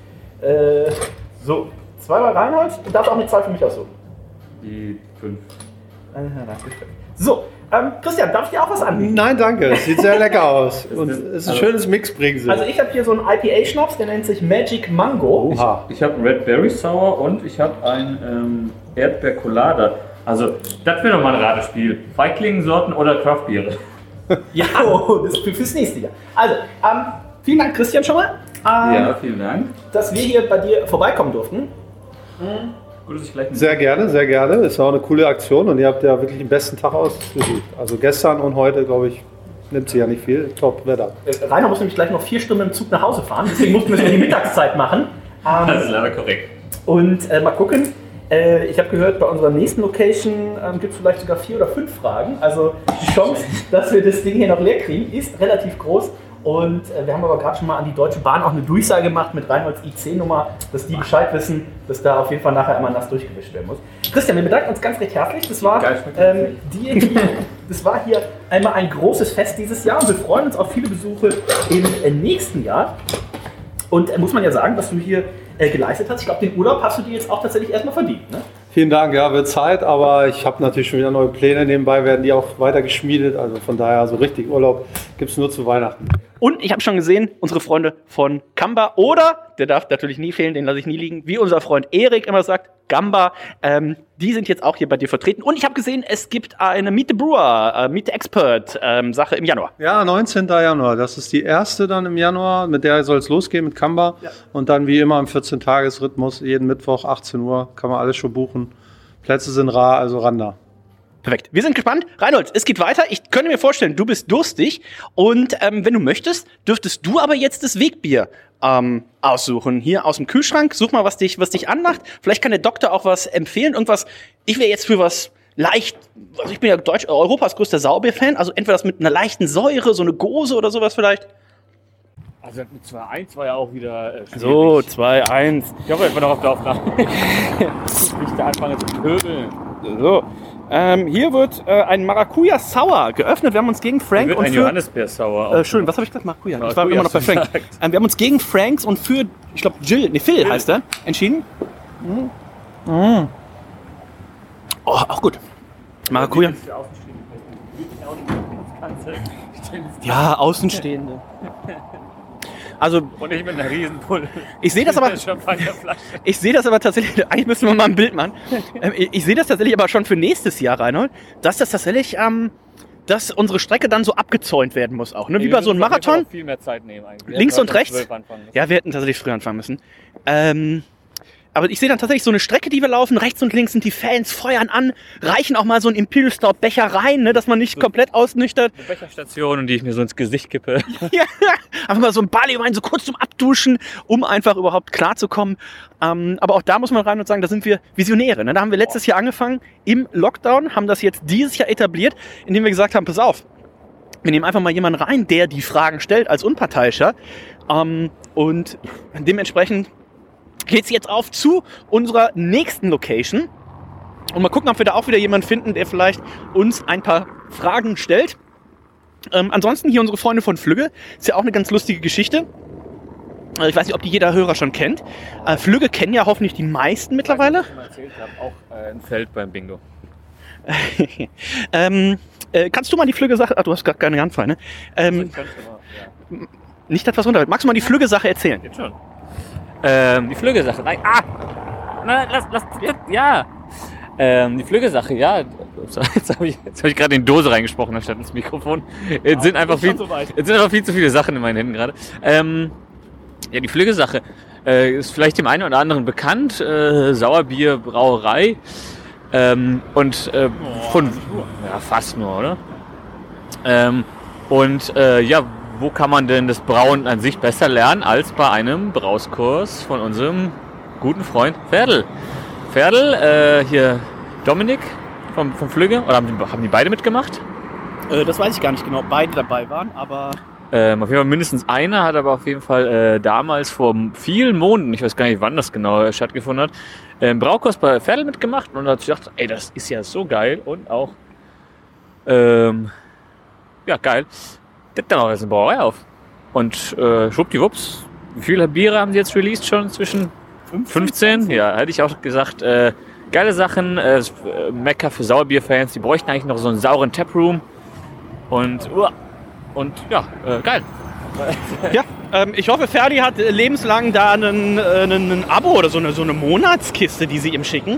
So, zweimal Reinhold. Du darfst auch eine Zahl für mich aussuchen. Die 5. So, Christian, darf ich dir auch was anbieten? Nein, danke. Es sieht sehr lecker aus. Und es ist ein schönes Mixbringsel. Also ich habe hier so einen IPA-Schnaps, der nennt sich Magic Mango. Ich habe einen Red Berry Sour und ich habe einen Erdbeer Colada. Also, das wäre doch mal ein Ratespiel. Feiglingensorten oder Craftbiere? Ja, das fürs nächste Jahr. Also, vielen Dank, Christian, schon mal. Ja, vielen Dank. Dass wir hier bei dir vorbeikommen durften. Sehr gerne, sehr gerne. Ist auch eine coole Aktion und ihr habt ja wirklich den besten Tag ausgesucht. Also gestern und heute, glaube ich, nimmt sie ja nicht viel. Top Wetter. Rainer muss nämlich gleich noch 4 Stunden im Zug nach Hause fahren, deswegen mussten wir es in die Mittagszeit machen. Das ist leider korrekt. Und mal gucken. Ich habe gehört, bei unserer nächsten Location gibt es vielleicht sogar 4 oder 5 Fragen. Also die Chance, dass wir das Ding hier noch leer kriegen, ist relativ groß. Und wir haben aber gerade schon mal an die Deutsche Bahn auch eine Durchsage gemacht mit Reinholds IC-Nummer, dass die Bescheid wissen, dass da auf jeden Fall nachher einmal nass durchgewischt werden muss. Christian, wir bedanken uns ganz recht herzlich. Das war, das war hier einmal ein großes Fest dieses Jahr und wir freuen uns auf viele Besuche im nächsten Jahr. Und muss man ja sagen, was du hier geleistet hast. Ich glaube, den Urlaub hast du dir jetzt auch tatsächlich erstmal verdient, ne? Vielen Dank, ja, wird Zeit, aber ich habe natürlich schon wieder neue Pläne. Nebenbei werden die auch weiter geschmiedet. Also von daher, so richtig Urlaub gibt es nur zu Weihnachten. Und ich habe schon gesehen, unsere Freunde von Kamba oder, der darf natürlich nie fehlen, den lasse ich nie liegen, wie unser Freund Erik immer sagt, Gamba, die sind jetzt auch hier bei dir vertreten. Und ich habe gesehen, es gibt eine Meet the Brewer, Meet the Expert Sache im Januar. Ja, 19. Januar. Das ist die erste dann im Januar. Mit der soll es losgehen mit Kamba. Ja. Und dann wie immer im 14-Tages-Rhythmus, jeden Mittwoch, 18 Uhr, kann man alles schon buchen. Plätze sind rar, also ran da. Perfekt. Wir sind gespannt. Reinhold, es geht weiter. Ich könnte mir vorstellen, du bist durstig. Und wenn du möchtest, dürftest du aber jetzt das Wegbier aussuchen. Hier aus dem Kühlschrank. Such mal, was dich anmacht. Vielleicht kann der Doktor auch was empfehlen. Irgendwas. Ich wäre jetzt für was leicht. Also ich bin ja Europas größter Sauerbier-Fan. Also entweder das mit einer leichten Säure, so eine Gose oder sowas vielleicht. Also mit 2-1 war ja auch wieder schwierig. So, 2-1. Ich hoffe, jetzt war noch auf der Aufnahme. Nicht anfangen zu pöbeln. So. Hier wird ein Maracuja Sour geöffnet. Wir haben uns gegen Frank und ein Johannisbeer Sour. Schön, was habe ich gesagt? Maracuja. Ich war immer noch bei Frank. Wir haben uns gegen Franks und für, ich glaube, Phil heißt er, entschieden. Oh, auch gut. Maracuja. Ja, Außenstehende. Also, und ich mit einer Riesenpulle. Ich sehe das aber tatsächlich, eigentlich müssen wir mal ein Bild machen. Ich sehe das tatsächlich aber schon für nächstes Jahr, Reinhold, dass das tatsächlich, dass unsere Strecke dann so abgezäunt werden muss auch. Ne? Wie bei so einem Marathon. Viel mehr Zeit nehmen eigentlich. Links und rechts. Ja, wir hätten tatsächlich früher anfangen müssen. Aber ich sehe dann tatsächlich so eine Strecke, die wir laufen. Rechts und links sind die Fans, feuern an, reichen auch mal so einen Imperial Stout Becher rein, ne, dass man nicht komplett ausnüchtert. Eine Becherstation, die ich mir so ins Gesicht kippe. Ja, einfach mal so ein Barley rein, so kurz zum Abduschen, um einfach überhaupt klarzukommen. Aber auch da muss man rein und sagen, da sind wir Visionäre. Ne? Da haben wir letztes Jahr angefangen im Lockdown, haben das jetzt dieses Jahr etabliert, indem wir gesagt haben, pass auf, wir nehmen einfach mal jemanden rein, der die Fragen stellt als Unparteiischer. Und dementsprechend geht's jetzt auf zu unserer nächsten Location. Und mal gucken, ob wir da auch wieder jemanden finden, der vielleicht uns ein paar Fragen stellt. Ansonsten hier unsere Freunde von Flügge. Ist ja auch eine ganz lustige Geschichte. Ich weiß nicht, ob die jeder Hörer schon kennt. Flügge kennen ja hoffentlich die meisten mittlerweile. Ich habe auch ein Feld beim Bingo. Kannst du mal die Flügge-Sache... Ach, du hast gar keine Hand frei, ne? Nicht das, was runterfällt. Magst du mal die Flügge-Sache erzählen? Jetzt schon. Die Flügge-Sache. Nein, lass, ja. Die Flügge-Sache, ja. Jetzt habe ich gerade in die Dose reingesprochen, anstatt ins Mikrofon. Jetzt sind einfach viel zu viele Sachen in meinen Händen gerade. Ja, die Flügge-Sache ist vielleicht dem einen oder anderen bekannt. Sauerbierbrauerei. Fast nur, oder? Ja, wo kann man denn das Brauen an sich besser lernen als bei einem Brauskurs von unserem guten Freund Ferdl. Ferdl, hier Dominik vom Flügge, oder haben die beide mitgemacht? Das weiß ich gar nicht genau, ob beide dabei waren, aber... Auf jeden Fall mindestens einer hat aber auf jeden Fall damals vor vielen Monaten, ich weiß gar nicht, wann das genau stattgefunden hat, einen Braukurs bei Ferdl mitgemacht und hat sich gedacht, ey, das ist ja so geil und auch, geil. Dann auch jetzt eine Brauerei auf. Und schwuppdiwupps, wie viele Biere haben sie jetzt released schon? Zwischen 15? Ja, hätte ich auch gesagt. Geile Sachen, Mekka für Sauerbierfans, die bräuchten eigentlich noch so einen sauren Taproom. Und geil. Ja, ich hoffe, Ferdi hat lebenslang da einen Abo oder so eine Monatskiste, die sie ihm schicken.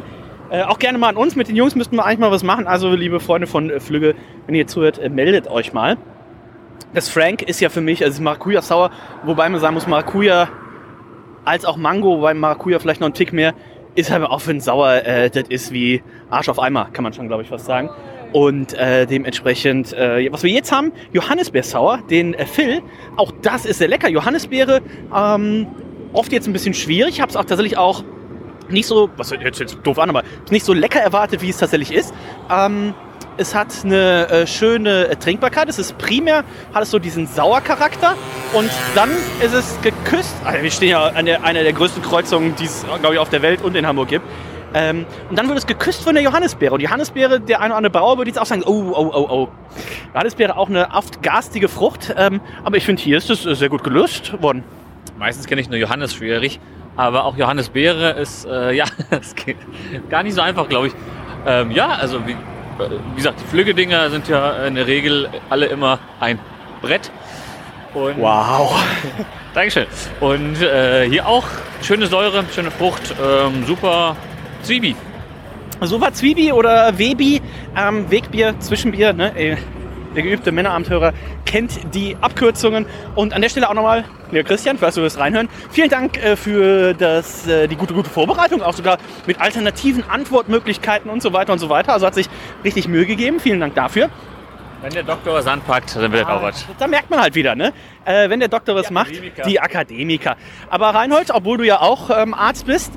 Auch gerne mal an uns. Mit den Jungs müssten wir eigentlich mal was machen. Also, liebe Freunde von Flügge, wenn ihr zuhört, meldet euch mal. Das Frank ist ja für mich, also Maracuja sauer, wobei man sagen muss, Maracuja als auch Mango, wobei Maracuja vielleicht noch ein Tick mehr, ist halt auch für einen Sauer, das ist wie Arsch auf Eimer, kann man schon, glaube ich, fast sagen. Und dementsprechend, was wir jetzt haben, Johannisbeer-Sauer, den Phil, auch das ist sehr lecker. Johannisbeere, oft jetzt ein bisschen schwierig, ich habe es auch tatsächlich auch nicht so, was hört jetzt doof an, aber nicht so lecker erwartet, wie es tatsächlich ist. Es hat eine schöne Trinkbarkeit. Es ist primär, hat es so diesen Sauercharakter. Und dann ist es geküsst. Also wir stehen ja an einer der größten Kreuzungen, die es, glaube ich, auf der Welt und in Hamburg gibt. Und dann wird es geküsst von der Johannisbeere. Und die Johannisbeere, der eine oder andere Brauer würde jetzt auch sagen, oh. Johannisbeere auch eine oft garstige Frucht. Aber ich finde, hier ist es sehr gut gelöst worden. Meistens kenne ich nur Johannes schwierig. Aber auch Johannisbeere ist, das geht gar nicht so einfach, glaube ich. Also wie gesagt, die Flüggedinger sind ja in der Regel alle immer ein Brett. Und wow. Dankeschön. Und hier auch schöne Säure, schöne Frucht, super Zwiebel. Super Zwiebel oder Webi, Wegbier, Zwischenbier, ne? Der geübte Männerabendhörer kennt die Abkürzungen. Und an der Stelle auch nochmal, lieber Christian, falls du das reinhören, vielen Dank für die gute Vorbereitung, auch sogar mit alternativen Antwortmöglichkeiten und so weiter und so weiter. Also hat sich richtig Mühe gegeben. Vielen Dank dafür. Wenn der Doktor was anpackt, dann wird auch was. Da merkt man halt wieder, ne? Wenn der Doktor was macht, die Akademiker. Aber Reinhold, obwohl du ja auch Arzt bist,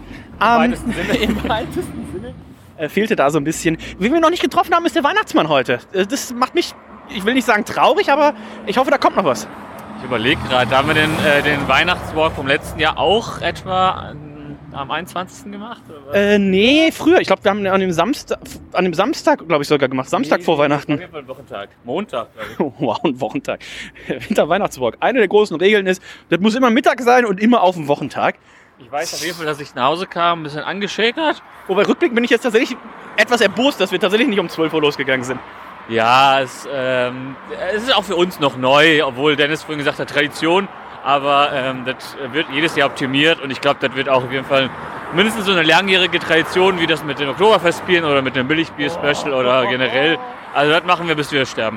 im weitesten Sinne, fehlte da so ein bisschen. Wen wir noch nicht getroffen haben, ist der Weihnachtsmann heute. Das macht mich, ich will nicht sagen traurig, aber ich hoffe, da kommt noch was. Ich überlege gerade, da haben wir den Weihnachtswalk vom letzten Jahr auch etwa am 21. gemacht? Oder? Nee, früher. Ich glaube, wir haben an dem Samstag, glaube ich, sogar gemacht. Samstag vor Weihnachten. Auf jeden Fall ein Wochentag. Montag, glaube ich. Wow, ein Wochentag. Winter-Weihnachtswalk. Eine der großen Regeln ist, das muss immer Mittag sein und immer auf dem Wochentag. Ich weiß auf jeden Fall, dass ich nach Hause kam, ein bisschen angeschäkert. Wobei rückblickend bin ich jetzt tatsächlich etwas erbost, dass wir tatsächlich nicht um 12 Uhr losgegangen sind. Ja, es ist auch für uns noch neu, obwohl Dennis vorhin gesagt hat, Tradition. Aber das wird jedes Jahr optimiert und ich glaube, das wird auch auf jeden Fall mindestens so eine langjährige Tradition, wie das mit den Oktoberfestbieren oder mit dem Billigbier-Special oder generell. Also das machen wir, bis wir sterben.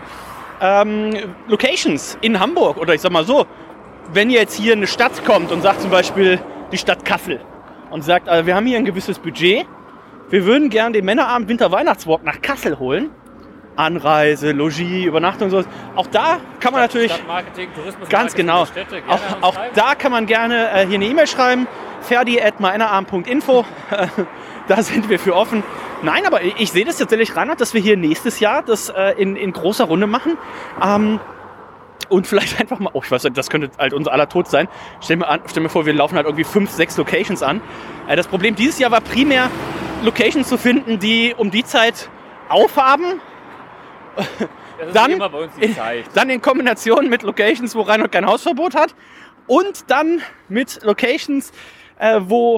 Locations in Hamburg oder ich sag mal so, wenn jetzt hier eine Stadt kommt und sagt zum Beispiel die Stadt Kassel und sagt, wir haben hier ein gewisses Budget, wir würden gerne den Männerabend Winter-Weihnachtswalk nach Kassel holen. Anreise, Logis, Übernachtung und so. Auch da kann man natürlich, Stadtmarketing, Tourismus, ganz genau, auch da kann man gerne hier eine E-Mail schreiben, ferdi@meinerabend.info, da sind wir für offen. Nein, aber ich sehe das tatsächlich, Reinhard, dass wir hier nächstes Jahr das in großer Runde machen. Und vielleicht einfach mal, ich weiß nicht, das könnte halt unser aller Tod sein. Stell mir vor, wir laufen halt irgendwie 5, 6 Locations an. Das Problem dieses Jahr war primär, Locations zu finden, die um die Zeit aufhaben. Dann in Kombination mit Locations, wo Reinhold kein Hausverbot hat. Und dann mit Locations, wo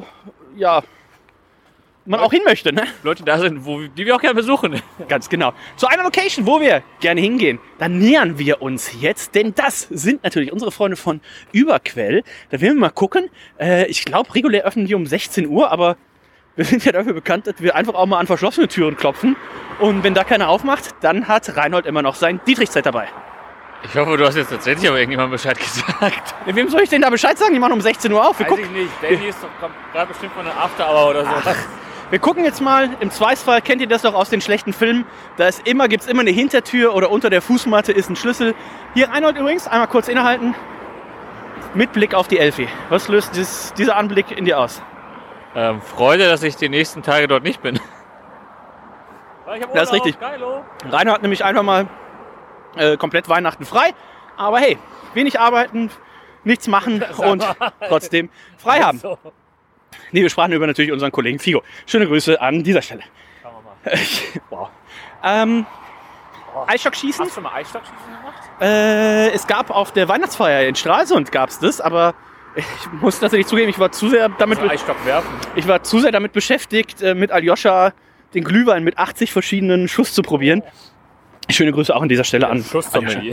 man auch hin möchte. Ne? Leute da sind, die wir auch gerne besuchen. Ganz genau. Zu einer Location, wo wir gerne hingehen, da nähern wir uns jetzt. Denn das sind natürlich unsere Freunde von Überquell. Da werden wir mal gucken. Ich glaube, regulär öffnen die um 16 Uhr, aber wir sind ja dafür bekannt, dass wir einfach auch mal an verschlossene Türen klopfen. Und wenn da keiner aufmacht, dann hat Reinhold immer noch sein Dietrichzeit dabei. Ich hoffe, du hast jetzt tatsächlich aber irgendjemandem Bescheid gesagt. Wem soll ich denn da Bescheid sagen? Die machen um 16 Uhr auf. Weiß ich nicht. Danny ist doch gerade bestimmt von einer After-Hour oder so. Wir gucken jetzt mal, im Zweifelsfall kennt ihr das doch aus den schlechten Filmen. Gibt's immer eine Hintertür oder unter der Fußmatte ist ein Schlüssel. Hier, Reinhold übrigens, einmal kurz innehalten. Mit Blick auf die Elfi. Was löst dieser Anblick in dir aus? Freude, dass ich die nächsten Tage dort nicht bin. Das ist richtig. Geilo. Reinhold hat nämlich einfach mal komplett Weihnachten frei. Aber hey, wenig arbeiten, nichts machen und trotzdem frei haben. So. Nee, wir sprachen über natürlich unseren Kollegen Figo. Schöne Grüße an dieser Stelle. Schauen wir mal. Wow. Eisstockschießen? Hast du mal Eisstockschießen gemacht? Es gab auf der Weihnachtsfeier in Stralsund gab's das, aber ich muss tatsächlich zugeben, ich war zu sehr damit beschäftigt, mit Aljoscha den Glühwein mit 80 verschiedenen Schuss zu probieren. Schöne Grüße auch an dieser Stelle an Schusssommelier.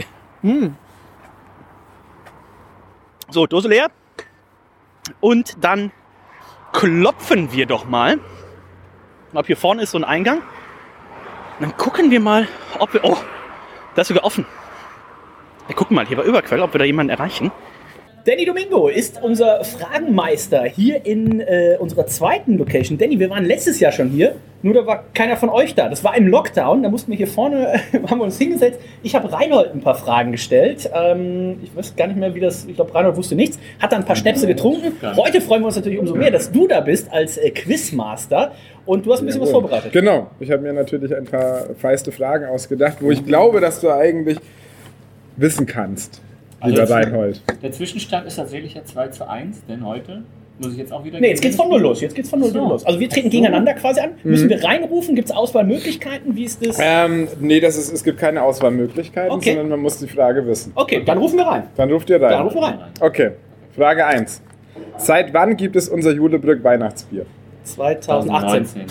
So, Dose leer. Und dann klopfen wir doch mal. ob hier vorne ist so ein Eingang. Und dann gucken wir mal, ob wir... Oh, da ist sogar offen. Wir gucken mal hier bei Überquell, ob wir da jemanden erreichen. Danny Domingo ist unser Fragenmeister hier in unserer zweiten Location. Danny, wir waren letztes Jahr schon hier, nur da war keiner von euch da. Das war im Lockdown, da mussten wir hier vorne, haben wir uns hingesetzt. Ich habe Reinhold ein paar Fragen gestellt. Ich weiß gar nicht mehr, wie das, ich glaube, Reinhold wusste nichts, hat dann ein paar Schnäpse getrunken. Heute freuen wir uns natürlich umso mehr, dass du da bist als Quizmaster und du hast ein bisschen was vorbereitet. Genau, ich habe mir natürlich ein paar feiste Fragen ausgedacht, wo ich glaube, dass du eigentlich wissen kannst. Lieber Reinhold. Der Zwischenstand ist tatsächlich ja 2:1, denn heute muss ich jetzt auch wieder... Nee, jetzt geht's von 0 los. los. Also wir treten gegeneinander quasi an. Müssen wir reinrufen? Gibt es Auswahlmöglichkeiten? Wie ist das? Nee, es gibt keine Auswahlmöglichkeiten, sondern man muss die Frage wissen. Okay, dann rufen wir rein. Dann ruft ihr rein. Okay, Frage 1. Seit wann gibt es unser Julebrück Weihnachtsbier? 2018.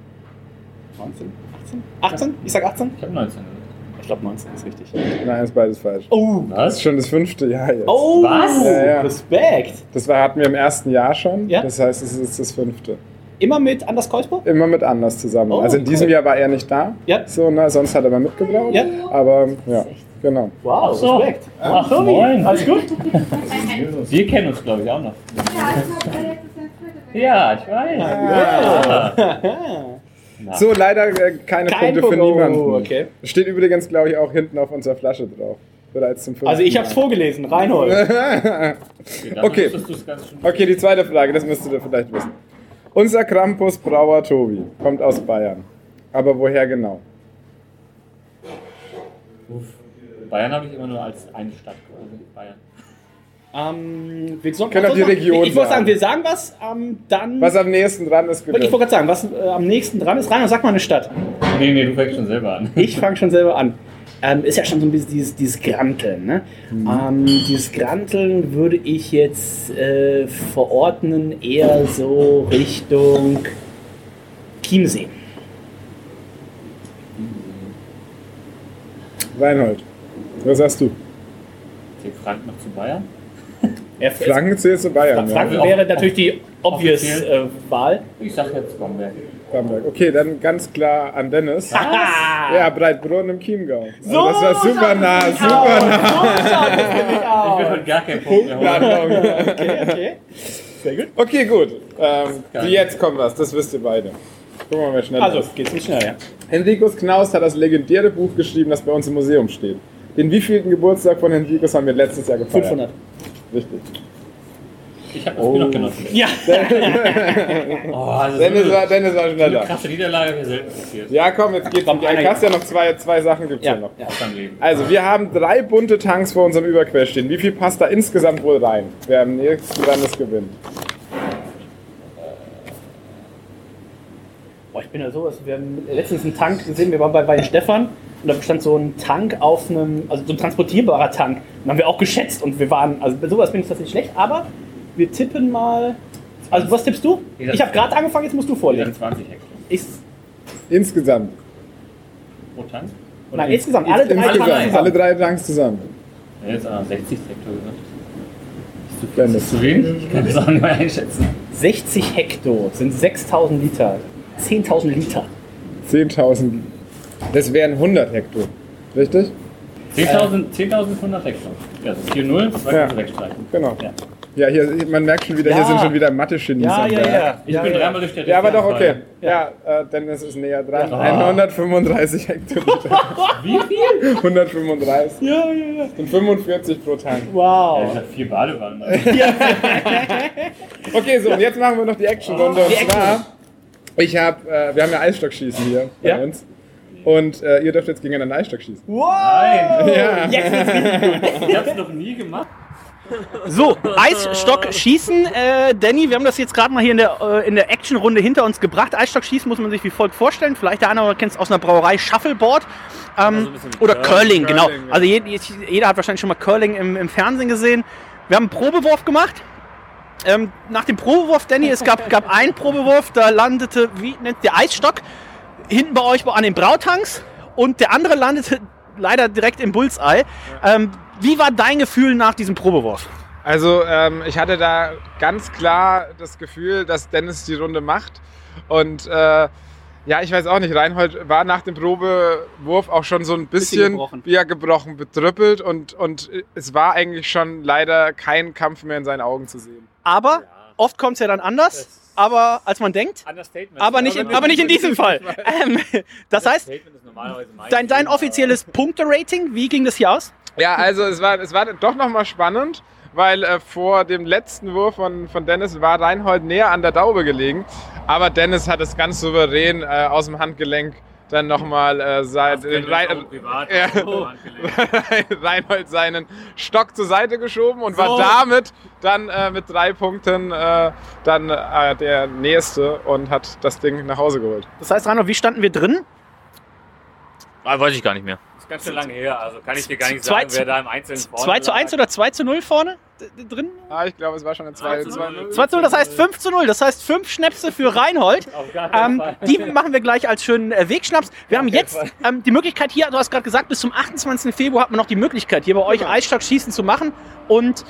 18? Ich sag 18? Ich habe 19. Ich glaube 19 ist richtig. Nein, ist beides falsch. Oh, Das ist schon das 5. Jahr jetzt. oh, Was? Ja. Respekt. Das hatten wir im ersten Jahr schon, Ja. das heißt, es ist jetzt das 5. Immer mit Anders Keusper? Immer mit Anders zusammen. Oh, also in diesem cool. Jahr war er nicht da, Ja. so, ne, sonst hat er mal mitgebracht, Ja. aber ja, genau. Wow, Ach so. Respekt. Ach, Tommy, moin. alles gut? Wir kennen uns, glaube ich, auch noch. Ja, ich weiß. So, leider keine Punkte für niemanden. Oh, okay. Steht übrigens, glaube ich, auch hinten auf unserer Flasche drauf. Bereits zum 5. Also ich habe es vorgelesen, Reinhold. Okay. Okay, die zweite Frage, das müsstet ihr vielleicht wissen. Unser Krampus-Brauer Tobi kommt aus Bayern. Aber woher genau? Bayern habe ich immer nur als eine Stadt quasi. Bayern. Wir Können auch die Region Ich wollte sagen, sagen. wir sagen was, dann... Was am nächsten dran ist, ich wollte gerade sagen, was am nächsten dran ist. Reinhold, sag mal eine Stadt. Nee, du fängst schon selber an. Ich fange schon selber an. Ist ja schon so ein bisschen dieses Granteln. Ne? Dieses Granteln würde ich jetzt verordnen eher so Richtung Chiemsee. Reinhold, was sagst du? Zählt Frank noch zu Bayern? Franken zählt zu Bayern, Franken ja. wäre natürlich die obvious Offiziell. Wahl. Ich sag jetzt Bamberg. Bamberg. Okay, dann ganz klar an Dennis. Ja, Breitbrunn im Chiemgau. Also So das war super nah, super nah. So schaut es nämlich Ich aus. will heute gar keinen Punkt mehr holen. Punktlandung. Okay. Sehr gut. Okay, gut. Jetzt kommt was, das wisst ihr beide. Gucken wir mal, wer schneller Also, ist. geht's nicht schneller, ja. Henricus Knaus hat das legendäre Buch geschrieben, das bei uns im Museum steht. Den wievielten Geburtstag von Henricus haben wir letztes Jahr gefeiert? 500. Richtig. Ich habe das Spiel noch genossen. Ja. Oh, also Dennis war so eine schneller. krasse Niederlage mir selten passiert. Ja, komm, jetzt geht's. Komm, Du hast ja noch zwei Sachen gibt's ja noch. Ja. Aus deinem Leben. Also, wir haben 3 bunte Tanks vor unserem Überquell stehen. Wie viel passt da insgesamt wohl rein? Wer am nächsten dran ist, gewinnt. Boah, ich bin ja sowas. Wir haben letztens einen Tank gesehen, wir waren bei Stefan und da stand so ein Tank auf einem, also so ein transportierbarer Tank. Und haben wir auch geschätzt und wir waren, also bei sowas bin ich tatsächlich schlecht, aber wir tippen mal. Also, was tippst du? Ich habe gerade angefangen, jetzt musst du vorlegen. 20 Hektar. Ich, Insgesamt. Pro Tank? nein, insgesamt, alle drei Tanks Insgesamt. zusammen. Alle 3 Tanks zusammen. Ja, jetzt 60 Hektar gesagt. Dennis. Zu wenig? Ich kann das auch nicht mehr einschätzen. 60 Hektar sind 6000 Liter. 10.000 Liter. 10.000. Das wären 100 Hektar. Richtig? 10.500 Hektar. Ja, also 4-0, 2 Ja. kannst du wegstreichen. Genau. Ja. Ja, hier, man merkt schon wieder, Ja. hier sind schon wieder Mathe-Genies am Werk. Ich bin dreimal durch der Ja, aber Richtung doch okay. gefallen. Ja, Dennis ist näher dran. Ja. 135 Hektoliter. Wie viel? 135. Ja. Und 45 pro Tank. Ja, Wow. ich hab 4 Badewannen. Okay, so, und jetzt machen wir noch die Actionrunde. Und Die Action. zwar, wir haben ja Eisstockschießen hier bei Ja. uns. Und ihr dürft jetzt gegeneinander Eisstock schießen. Wow. Nein! Ja. Jetzt wird's richtig gut. Ich hab's noch nie gemacht. So, Eisstock schießen. Danny, wir haben das jetzt gerade mal hier in der Action-Runde hinter uns gebracht. Eisstock schießen muss man sich wie folgt vorstellen. Vielleicht der eine oder andere kennt es aus einer Brauerei, Shuffleboard. Oder Curling, genau. Curling, ja. Also jeder hat wahrscheinlich schon mal Curling im Fernsehen gesehen. Wir haben einen Probewurf gemacht. Nach dem Probewurf, Danny, es gab einen Probewurf, da landete, wie nennt der Eisstock, hinten bei euch an den Brautanks und der andere landete leider direkt im Bullseye. Wie war dein Gefühl nach diesem Probewurf? Also ich hatte da ganz klar das Gefühl, dass Dennis die Runde macht. Und Ja, ich weiß auch nicht. Reinhold war nach dem Probewurf auch schon so ein bisschen gebrochen, betrüppelt und es war eigentlich schon leider kein Kampf mehr in seinen Augen zu sehen. Aber oft kommt es ja dann anders. Aber als man denkt, aber nicht in diesem Fall. Das heißt, dein offizielles Punkte-Rating, wie ging das hier aus? Ja, also es war doch nochmal spannend, weil vor dem letzten Wurf von Dennis war Reinhold näher an der Daube gelegen. Aber Dennis hat es ganz souverän aus dem Handgelenk dann nochmal Reinhold seinen Stock zur Seite geschoben und war damit dann mit 3 Punkten dann der Nächste und hat das Ding nach Hause geholt. Das heißt, Reinhold, wie standen wir drin? Weiß ich gar nicht mehr. Das ist ganz schön lange her, also kann ich dir gar nicht sagen, wer da im Einzelnen vorne 2:1 oder 2:0 vorne drin? Ich glaube, es war schon eine 2:0. 2:0, das heißt 5:0, das heißt 5 Schnäpse für Reinhold. Die machen wir gleich als schönen Wegschnaps. Wir haben jetzt die Möglichkeit hier, du hast gerade gesagt, bis zum 28. Februar hat man noch die Möglichkeit, hier bei euch Eisstockschießen zu machen und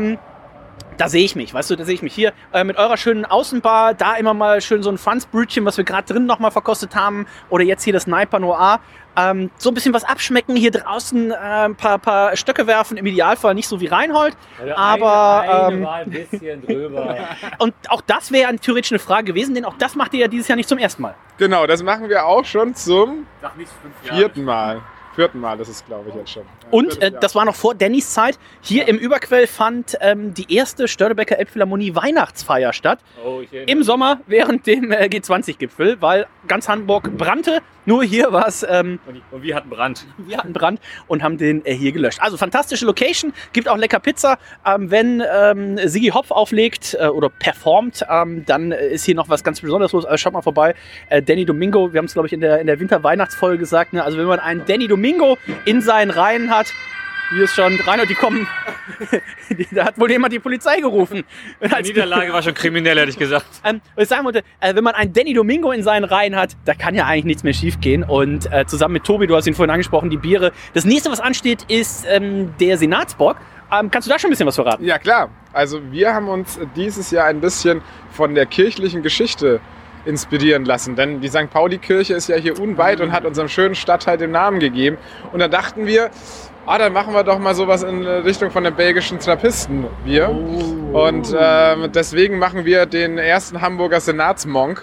da sehe ich mich, weißt du, da sehe ich mich hier mit eurer schönen Außenbar, da immer mal schön so ein Franzbrötchen, was wir gerade drin nochmal verkostet haben oder jetzt hier das Sniper Noir. So ein bisschen was abschmecken, hier draußen ein paar Stöcke werfen, im Idealfall nicht so wie Reinhold, aber mal ein bisschen drüber. Und auch das wäre theoretisch eine Frage gewesen, denn auch das macht ihr ja dieses Jahr nicht zum ersten Mal. Genau, das machen wir auch schon zum 4. Mal. 4. Mal, das ist, glaube ich, jetzt schon. Und das war noch vor Dannys Zeit. Hier im Überquell fand die erste Störtebeker Elbphilharmonie Weihnachtsfeier statt. Im Sommer während dem G20-Gipfel, weil ganz Hamburg brannte. Nur hier war es... und wir hatten Brand. Wir hatten Brand und haben den hier gelöscht. Also fantastische Location, gibt auch lecker Pizza. Wenn Sigi Hopf auflegt oder performt, dann ist hier noch was ganz Besonderes los. Also schaut mal vorbei. Danny Domingo, wir haben es, glaube ich, in der Winter-Weihnachtsfolge gesagt. Ne? Also wenn man einen Danny Domingo in seinen Reihen hat, wie es schon, Reinhold, die kommen, da hat wohl jemand die Polizei gerufen. Die Niederlage war schon kriminell, hätte ich gesagt. Was ich sagen wollte, wenn man einen Danny Domingo in seinen Reihen hat, da kann ja eigentlich nichts mehr schief gehen. Und zusammen mit Tobi, du hast ihn vorhin angesprochen, die Biere. Das nächste, was ansteht, ist der Senatsbock. Kannst du da schon ein bisschen was verraten? Ja, klar. Also wir haben uns dieses Jahr ein bisschen von der kirchlichen Geschichte inspirieren lassen, denn die St. Pauli-Kirche ist ja hier unweit und hat unserem schönen Stadtteil den Namen gegeben. Und da dachten wir, dann machen wir doch mal sowas in Richtung von dem belgischen Trappistenbier. Und deswegen machen wir den ersten Hamburger Senatsmonk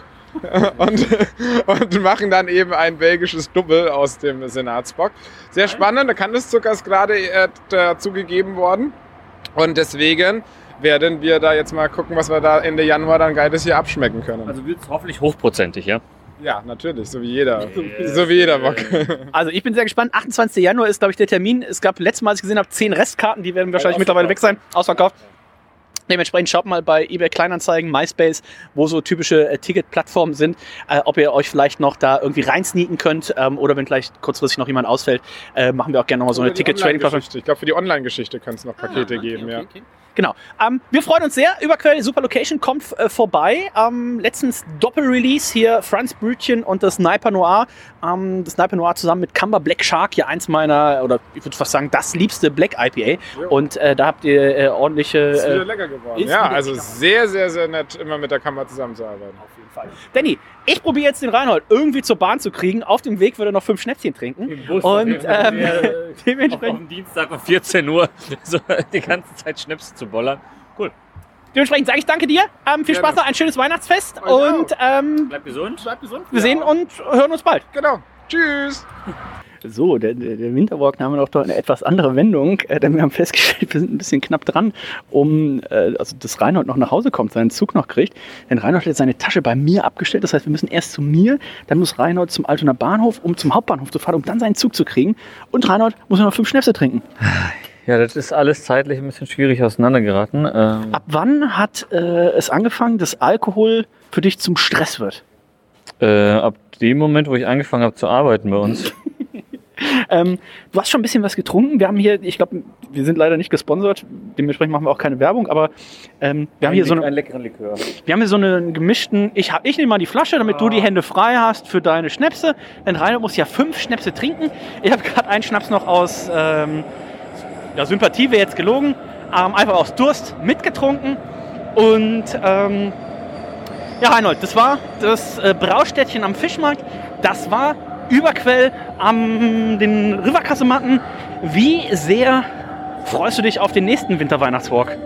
und machen dann eben ein belgisches Double aus dem Senatsbock. Sehr spannend, der Kandiszucker ist gerade dazugegeben worden und deswegen werden wir da jetzt mal gucken, was wir da Ende Januar dann Geiles hier abschmecken können. Also wird es hoffentlich hochprozentig, ja? Ja, natürlich, so wie jeder. So wie jeder Bock. Also ich bin sehr gespannt. 28. Januar ist, glaube ich, der Termin. Es gab letztes Mal, als ich gesehen habe, 10 Restkarten. Die werden wahrscheinlich mittlerweile weg sein. Ausverkauft. Dementsprechend schaut mal bei eBay Kleinanzeigen, MySpace, wo so typische Ticketplattformen sind, ob ihr euch vielleicht noch da irgendwie reinsneaken könnt oder wenn gleich kurzfristig noch jemand ausfällt, machen wir auch gerne nochmal so eine Ticket-Trading-Plattform. Ich glaube, für die Online-Geschichte kann es noch Pakete geben. Okay. Genau. Wir freuen uns sehr. Überquell, super Location, kommt vorbei. Letztens Doppel-Release hier, Franzbrötchen und das Sniper Noir. Das Sniper Noir zusammen mit Camber Black Shark, hier eins meiner, oder ich würde fast sagen, das liebste Black IPA. Jo. Und da habt ihr ordentliche... ist wieder lecker geworden. Ja, also sehr, sehr, sehr nett, immer mit der Camber zusammenzuarbeiten. Auf jeden Fall. Danny, ich probiere jetzt den Reinhold irgendwie zur Bahn zu kriegen. Auf dem Weg würde er noch 5 Schnäpschen trinken. Im Bus, und dementsprechend am Dienstag um 14 Uhr so die ganze Zeit Schnäpse zu bollern. Cool. Dementsprechend sage ich danke dir. Viel Spaß noch, ein schönes Weihnachtsfest. Und bleib gesund. Wir sehen und hören uns bald. Genau. Tschüss. So, der Winterwalk haben wir noch eine etwas andere Wendung, denn wir haben festgestellt, wir sind ein bisschen knapp dran, also dass Reinhold noch nach Hause kommt, seinen Zug noch kriegt. Denn Reinhold hat seine Tasche bei mir abgestellt, das heißt, wir müssen erst zu mir, dann muss Reinhold zum Altonaer Bahnhof, um zum Hauptbahnhof zu fahren, um dann seinen Zug zu kriegen. Und Reinhold muss noch 5 Schnäpse trinken. Ja, das ist alles zeitlich ein bisschen schwierig auseinandergeraten. Ab wann hat es angefangen, dass Alkohol für dich zum Stress wird? Ab dem Moment, wo ich angefangen habe zu arbeiten bei uns. Du hast schon ein bisschen was getrunken. Wir haben hier, ich glaube, wir sind leider nicht gesponsert, dementsprechend machen wir auch keine Werbung, aber wir haben hier so einen leckeren Likör. Wir haben hier so einen gemischten, ich nehme mal die Flasche, damit du die Hände frei hast für deine Schnäpse. Denn Reinhold muss ja 5 Schnäpse trinken. Ich habe gerade einen Schnaps noch aus Sympathie, wäre jetzt gelogen, einfach aus Durst mitgetrunken und Ja, Reinhold, das war das Braustädtchen am Fischmarkt. Das war Überquell am den Riverkasematten. Wie sehr freust du dich auf den nächsten Winterweihnachtswalk?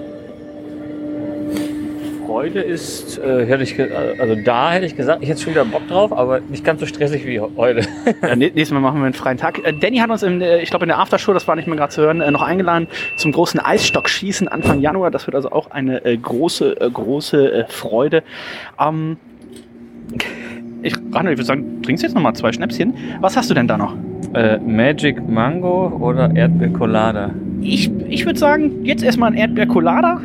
Freude ist, hätte ich gesagt, ich hätte schon wieder Bock drauf, aber nicht ganz so stressig wie heute. Ja, nächstes Mal machen wir einen freien Tag. Danny hat uns, ich glaube in der Aftershow, das war nicht mehr gerade zu hören, noch eingeladen zum großen Eisstockschießen Anfang Januar. Das wird also auch eine große Freude. Ich würde sagen, trinkst jetzt nochmal 2 Schnäpschen. Was hast du denn da noch? Magic Mango oder Erdbeer Colada? Ich würde sagen, jetzt erstmal ein Erdbeer Colada.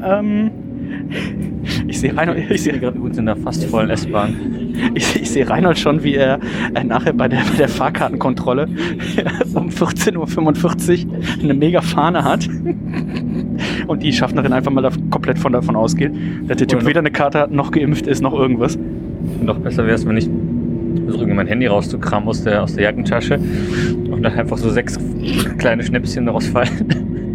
Ich sehe Reinhold. Ich sehe gerade gut in der fast vollen S-Bahn. Ich sehe Reinhold schon, wie er nachher bei der Fahrkartenkontrolle um 14:45 Uhr eine mega Fahne hat. Und die Schaffnerin einfach mal komplett davon ausgeht, dass der Typ weder eine Karte hat, noch geimpft ist, noch irgendwas. Noch besser wäre es, wenn ich versuche, mein Handy rauszukramen aus der Jackentasche und dann einfach so 6 kleine Schnäpschen rausfallen.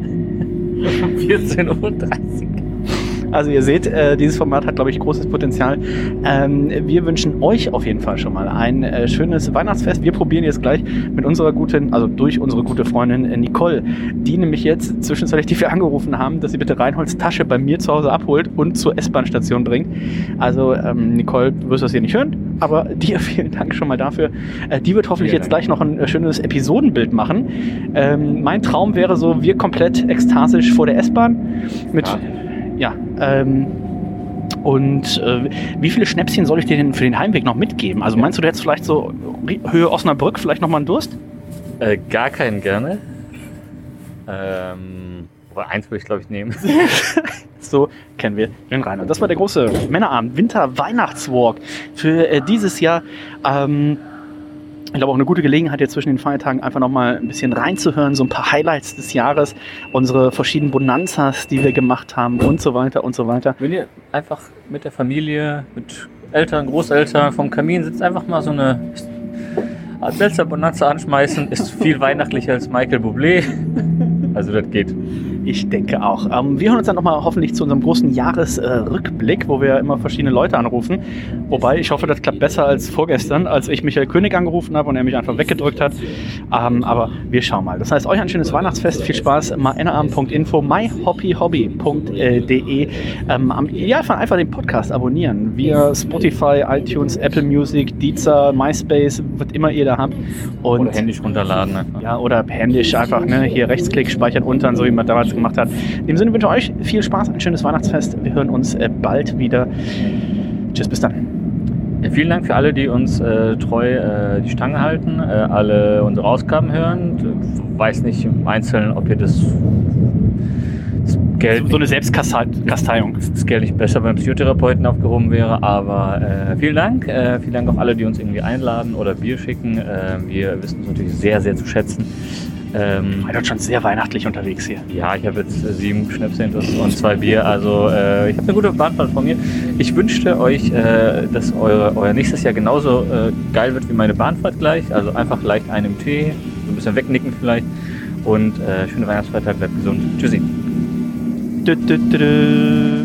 14:30 Uhr. Also ihr seht, dieses Format hat, glaube ich, großes Potenzial. Wir wünschen euch auf jeden Fall schon mal ein schönes Weihnachtsfest. Wir probieren jetzt gleich mit durch unsere gute Freundin Nicole, die nämlich jetzt zwischenzeitlich, die wir angerufen haben, dass sie bitte Reinholds Tasche bei mir zu Hause abholt und zur S-Bahn-Station bringt. Also Nicole, du wirst das hier nicht hören, aber dir vielen Dank schon mal dafür. Die wird hoffentlich jetzt gleich noch ein schönes Episodenbild machen. Mein Traum wäre so, wir komplett ekstasisch vor der S-Bahn mit... Ja, wie viele Schnäpschen soll ich dir denn für den Heimweg noch mitgeben? Also meinst du jetzt vielleicht so Höhe Osnabrück, vielleicht noch mal einen Durst? Gar keinen gerne. Aber eins würde ich, glaube ich, nehmen. So kennen wir den Reinhold. Das war der große Männerabend, Winter-Weihnachtswalk für dieses Jahr. Ich glaube auch eine gute Gelegenheit, jetzt zwischen den Feiertagen einfach nochmal ein bisschen reinzuhören, so ein paar Highlights des Jahres, unsere verschiedenen Bonanzas, die wir gemacht haben und so weiter und so weiter. Wenn ihr einfach mit der Familie, mit Eltern, Großeltern vom Kamin sitzt, einfach mal so eine Seltzer Bonanza anschmeißen, ist viel weihnachtlicher als Michael Bublé. Also das geht. Ich denke auch. Wir hören uns dann nochmal hoffentlich zu unserem großen Jahresrückblick, wo wir immer verschiedene Leute anrufen. Wobei, ich hoffe, das klappt besser als vorgestern, als ich Michael König angerufen habe und er mich einfach weggedrückt hat. Aber wir schauen mal. Das heißt, euch ein schönes Weihnachtsfest. Viel Spaß. myennerabend.info, myhoppyhobby.de. Am Idealfall einfach den Podcast abonnieren. Via Spotify, iTunes, Apple Music, Deezer, MySpace, was immer ihr da habt. Und oder händisch runterladen einfach. Ja, oder händisch einfach, hier Rechtsklick, speichern unter, so wie man damals gemacht hat. In dem Sinne wünsche ich euch viel Spaß, ein schönes Weihnachtsfest. Wir hören uns bald wieder. Tschüss, bis dann. Vielen Dank für alle, die uns treu die Stange halten, alle unsere Ausgaben hören. Ich weiß nicht im Einzelnen, ob ihr das Geld... So eine Selbstkasteiung. Das Geld nicht besser beim Psychotherapeuten aufgehoben wäre, aber vielen Dank. Vielen Dank auch alle, die uns irgendwie einladen oder Bier schicken. Wir wissen es natürlich sehr, sehr zu schätzen. Ich bin schon sehr weihnachtlich unterwegs hier. Ja, ich habe jetzt 7 Schnäpse und 2 Bier, also ich habe eine gute Bahnfahrt von mir. Ich wünschte euch, dass euer nächstes Jahr genauso geil wird wie meine Bahnfahrt gleich, also einfach leicht einen Tee, so ein bisschen wegnicken vielleicht und schöne Weihnachtsfeiertag, bleibt gesund. Tschüssi.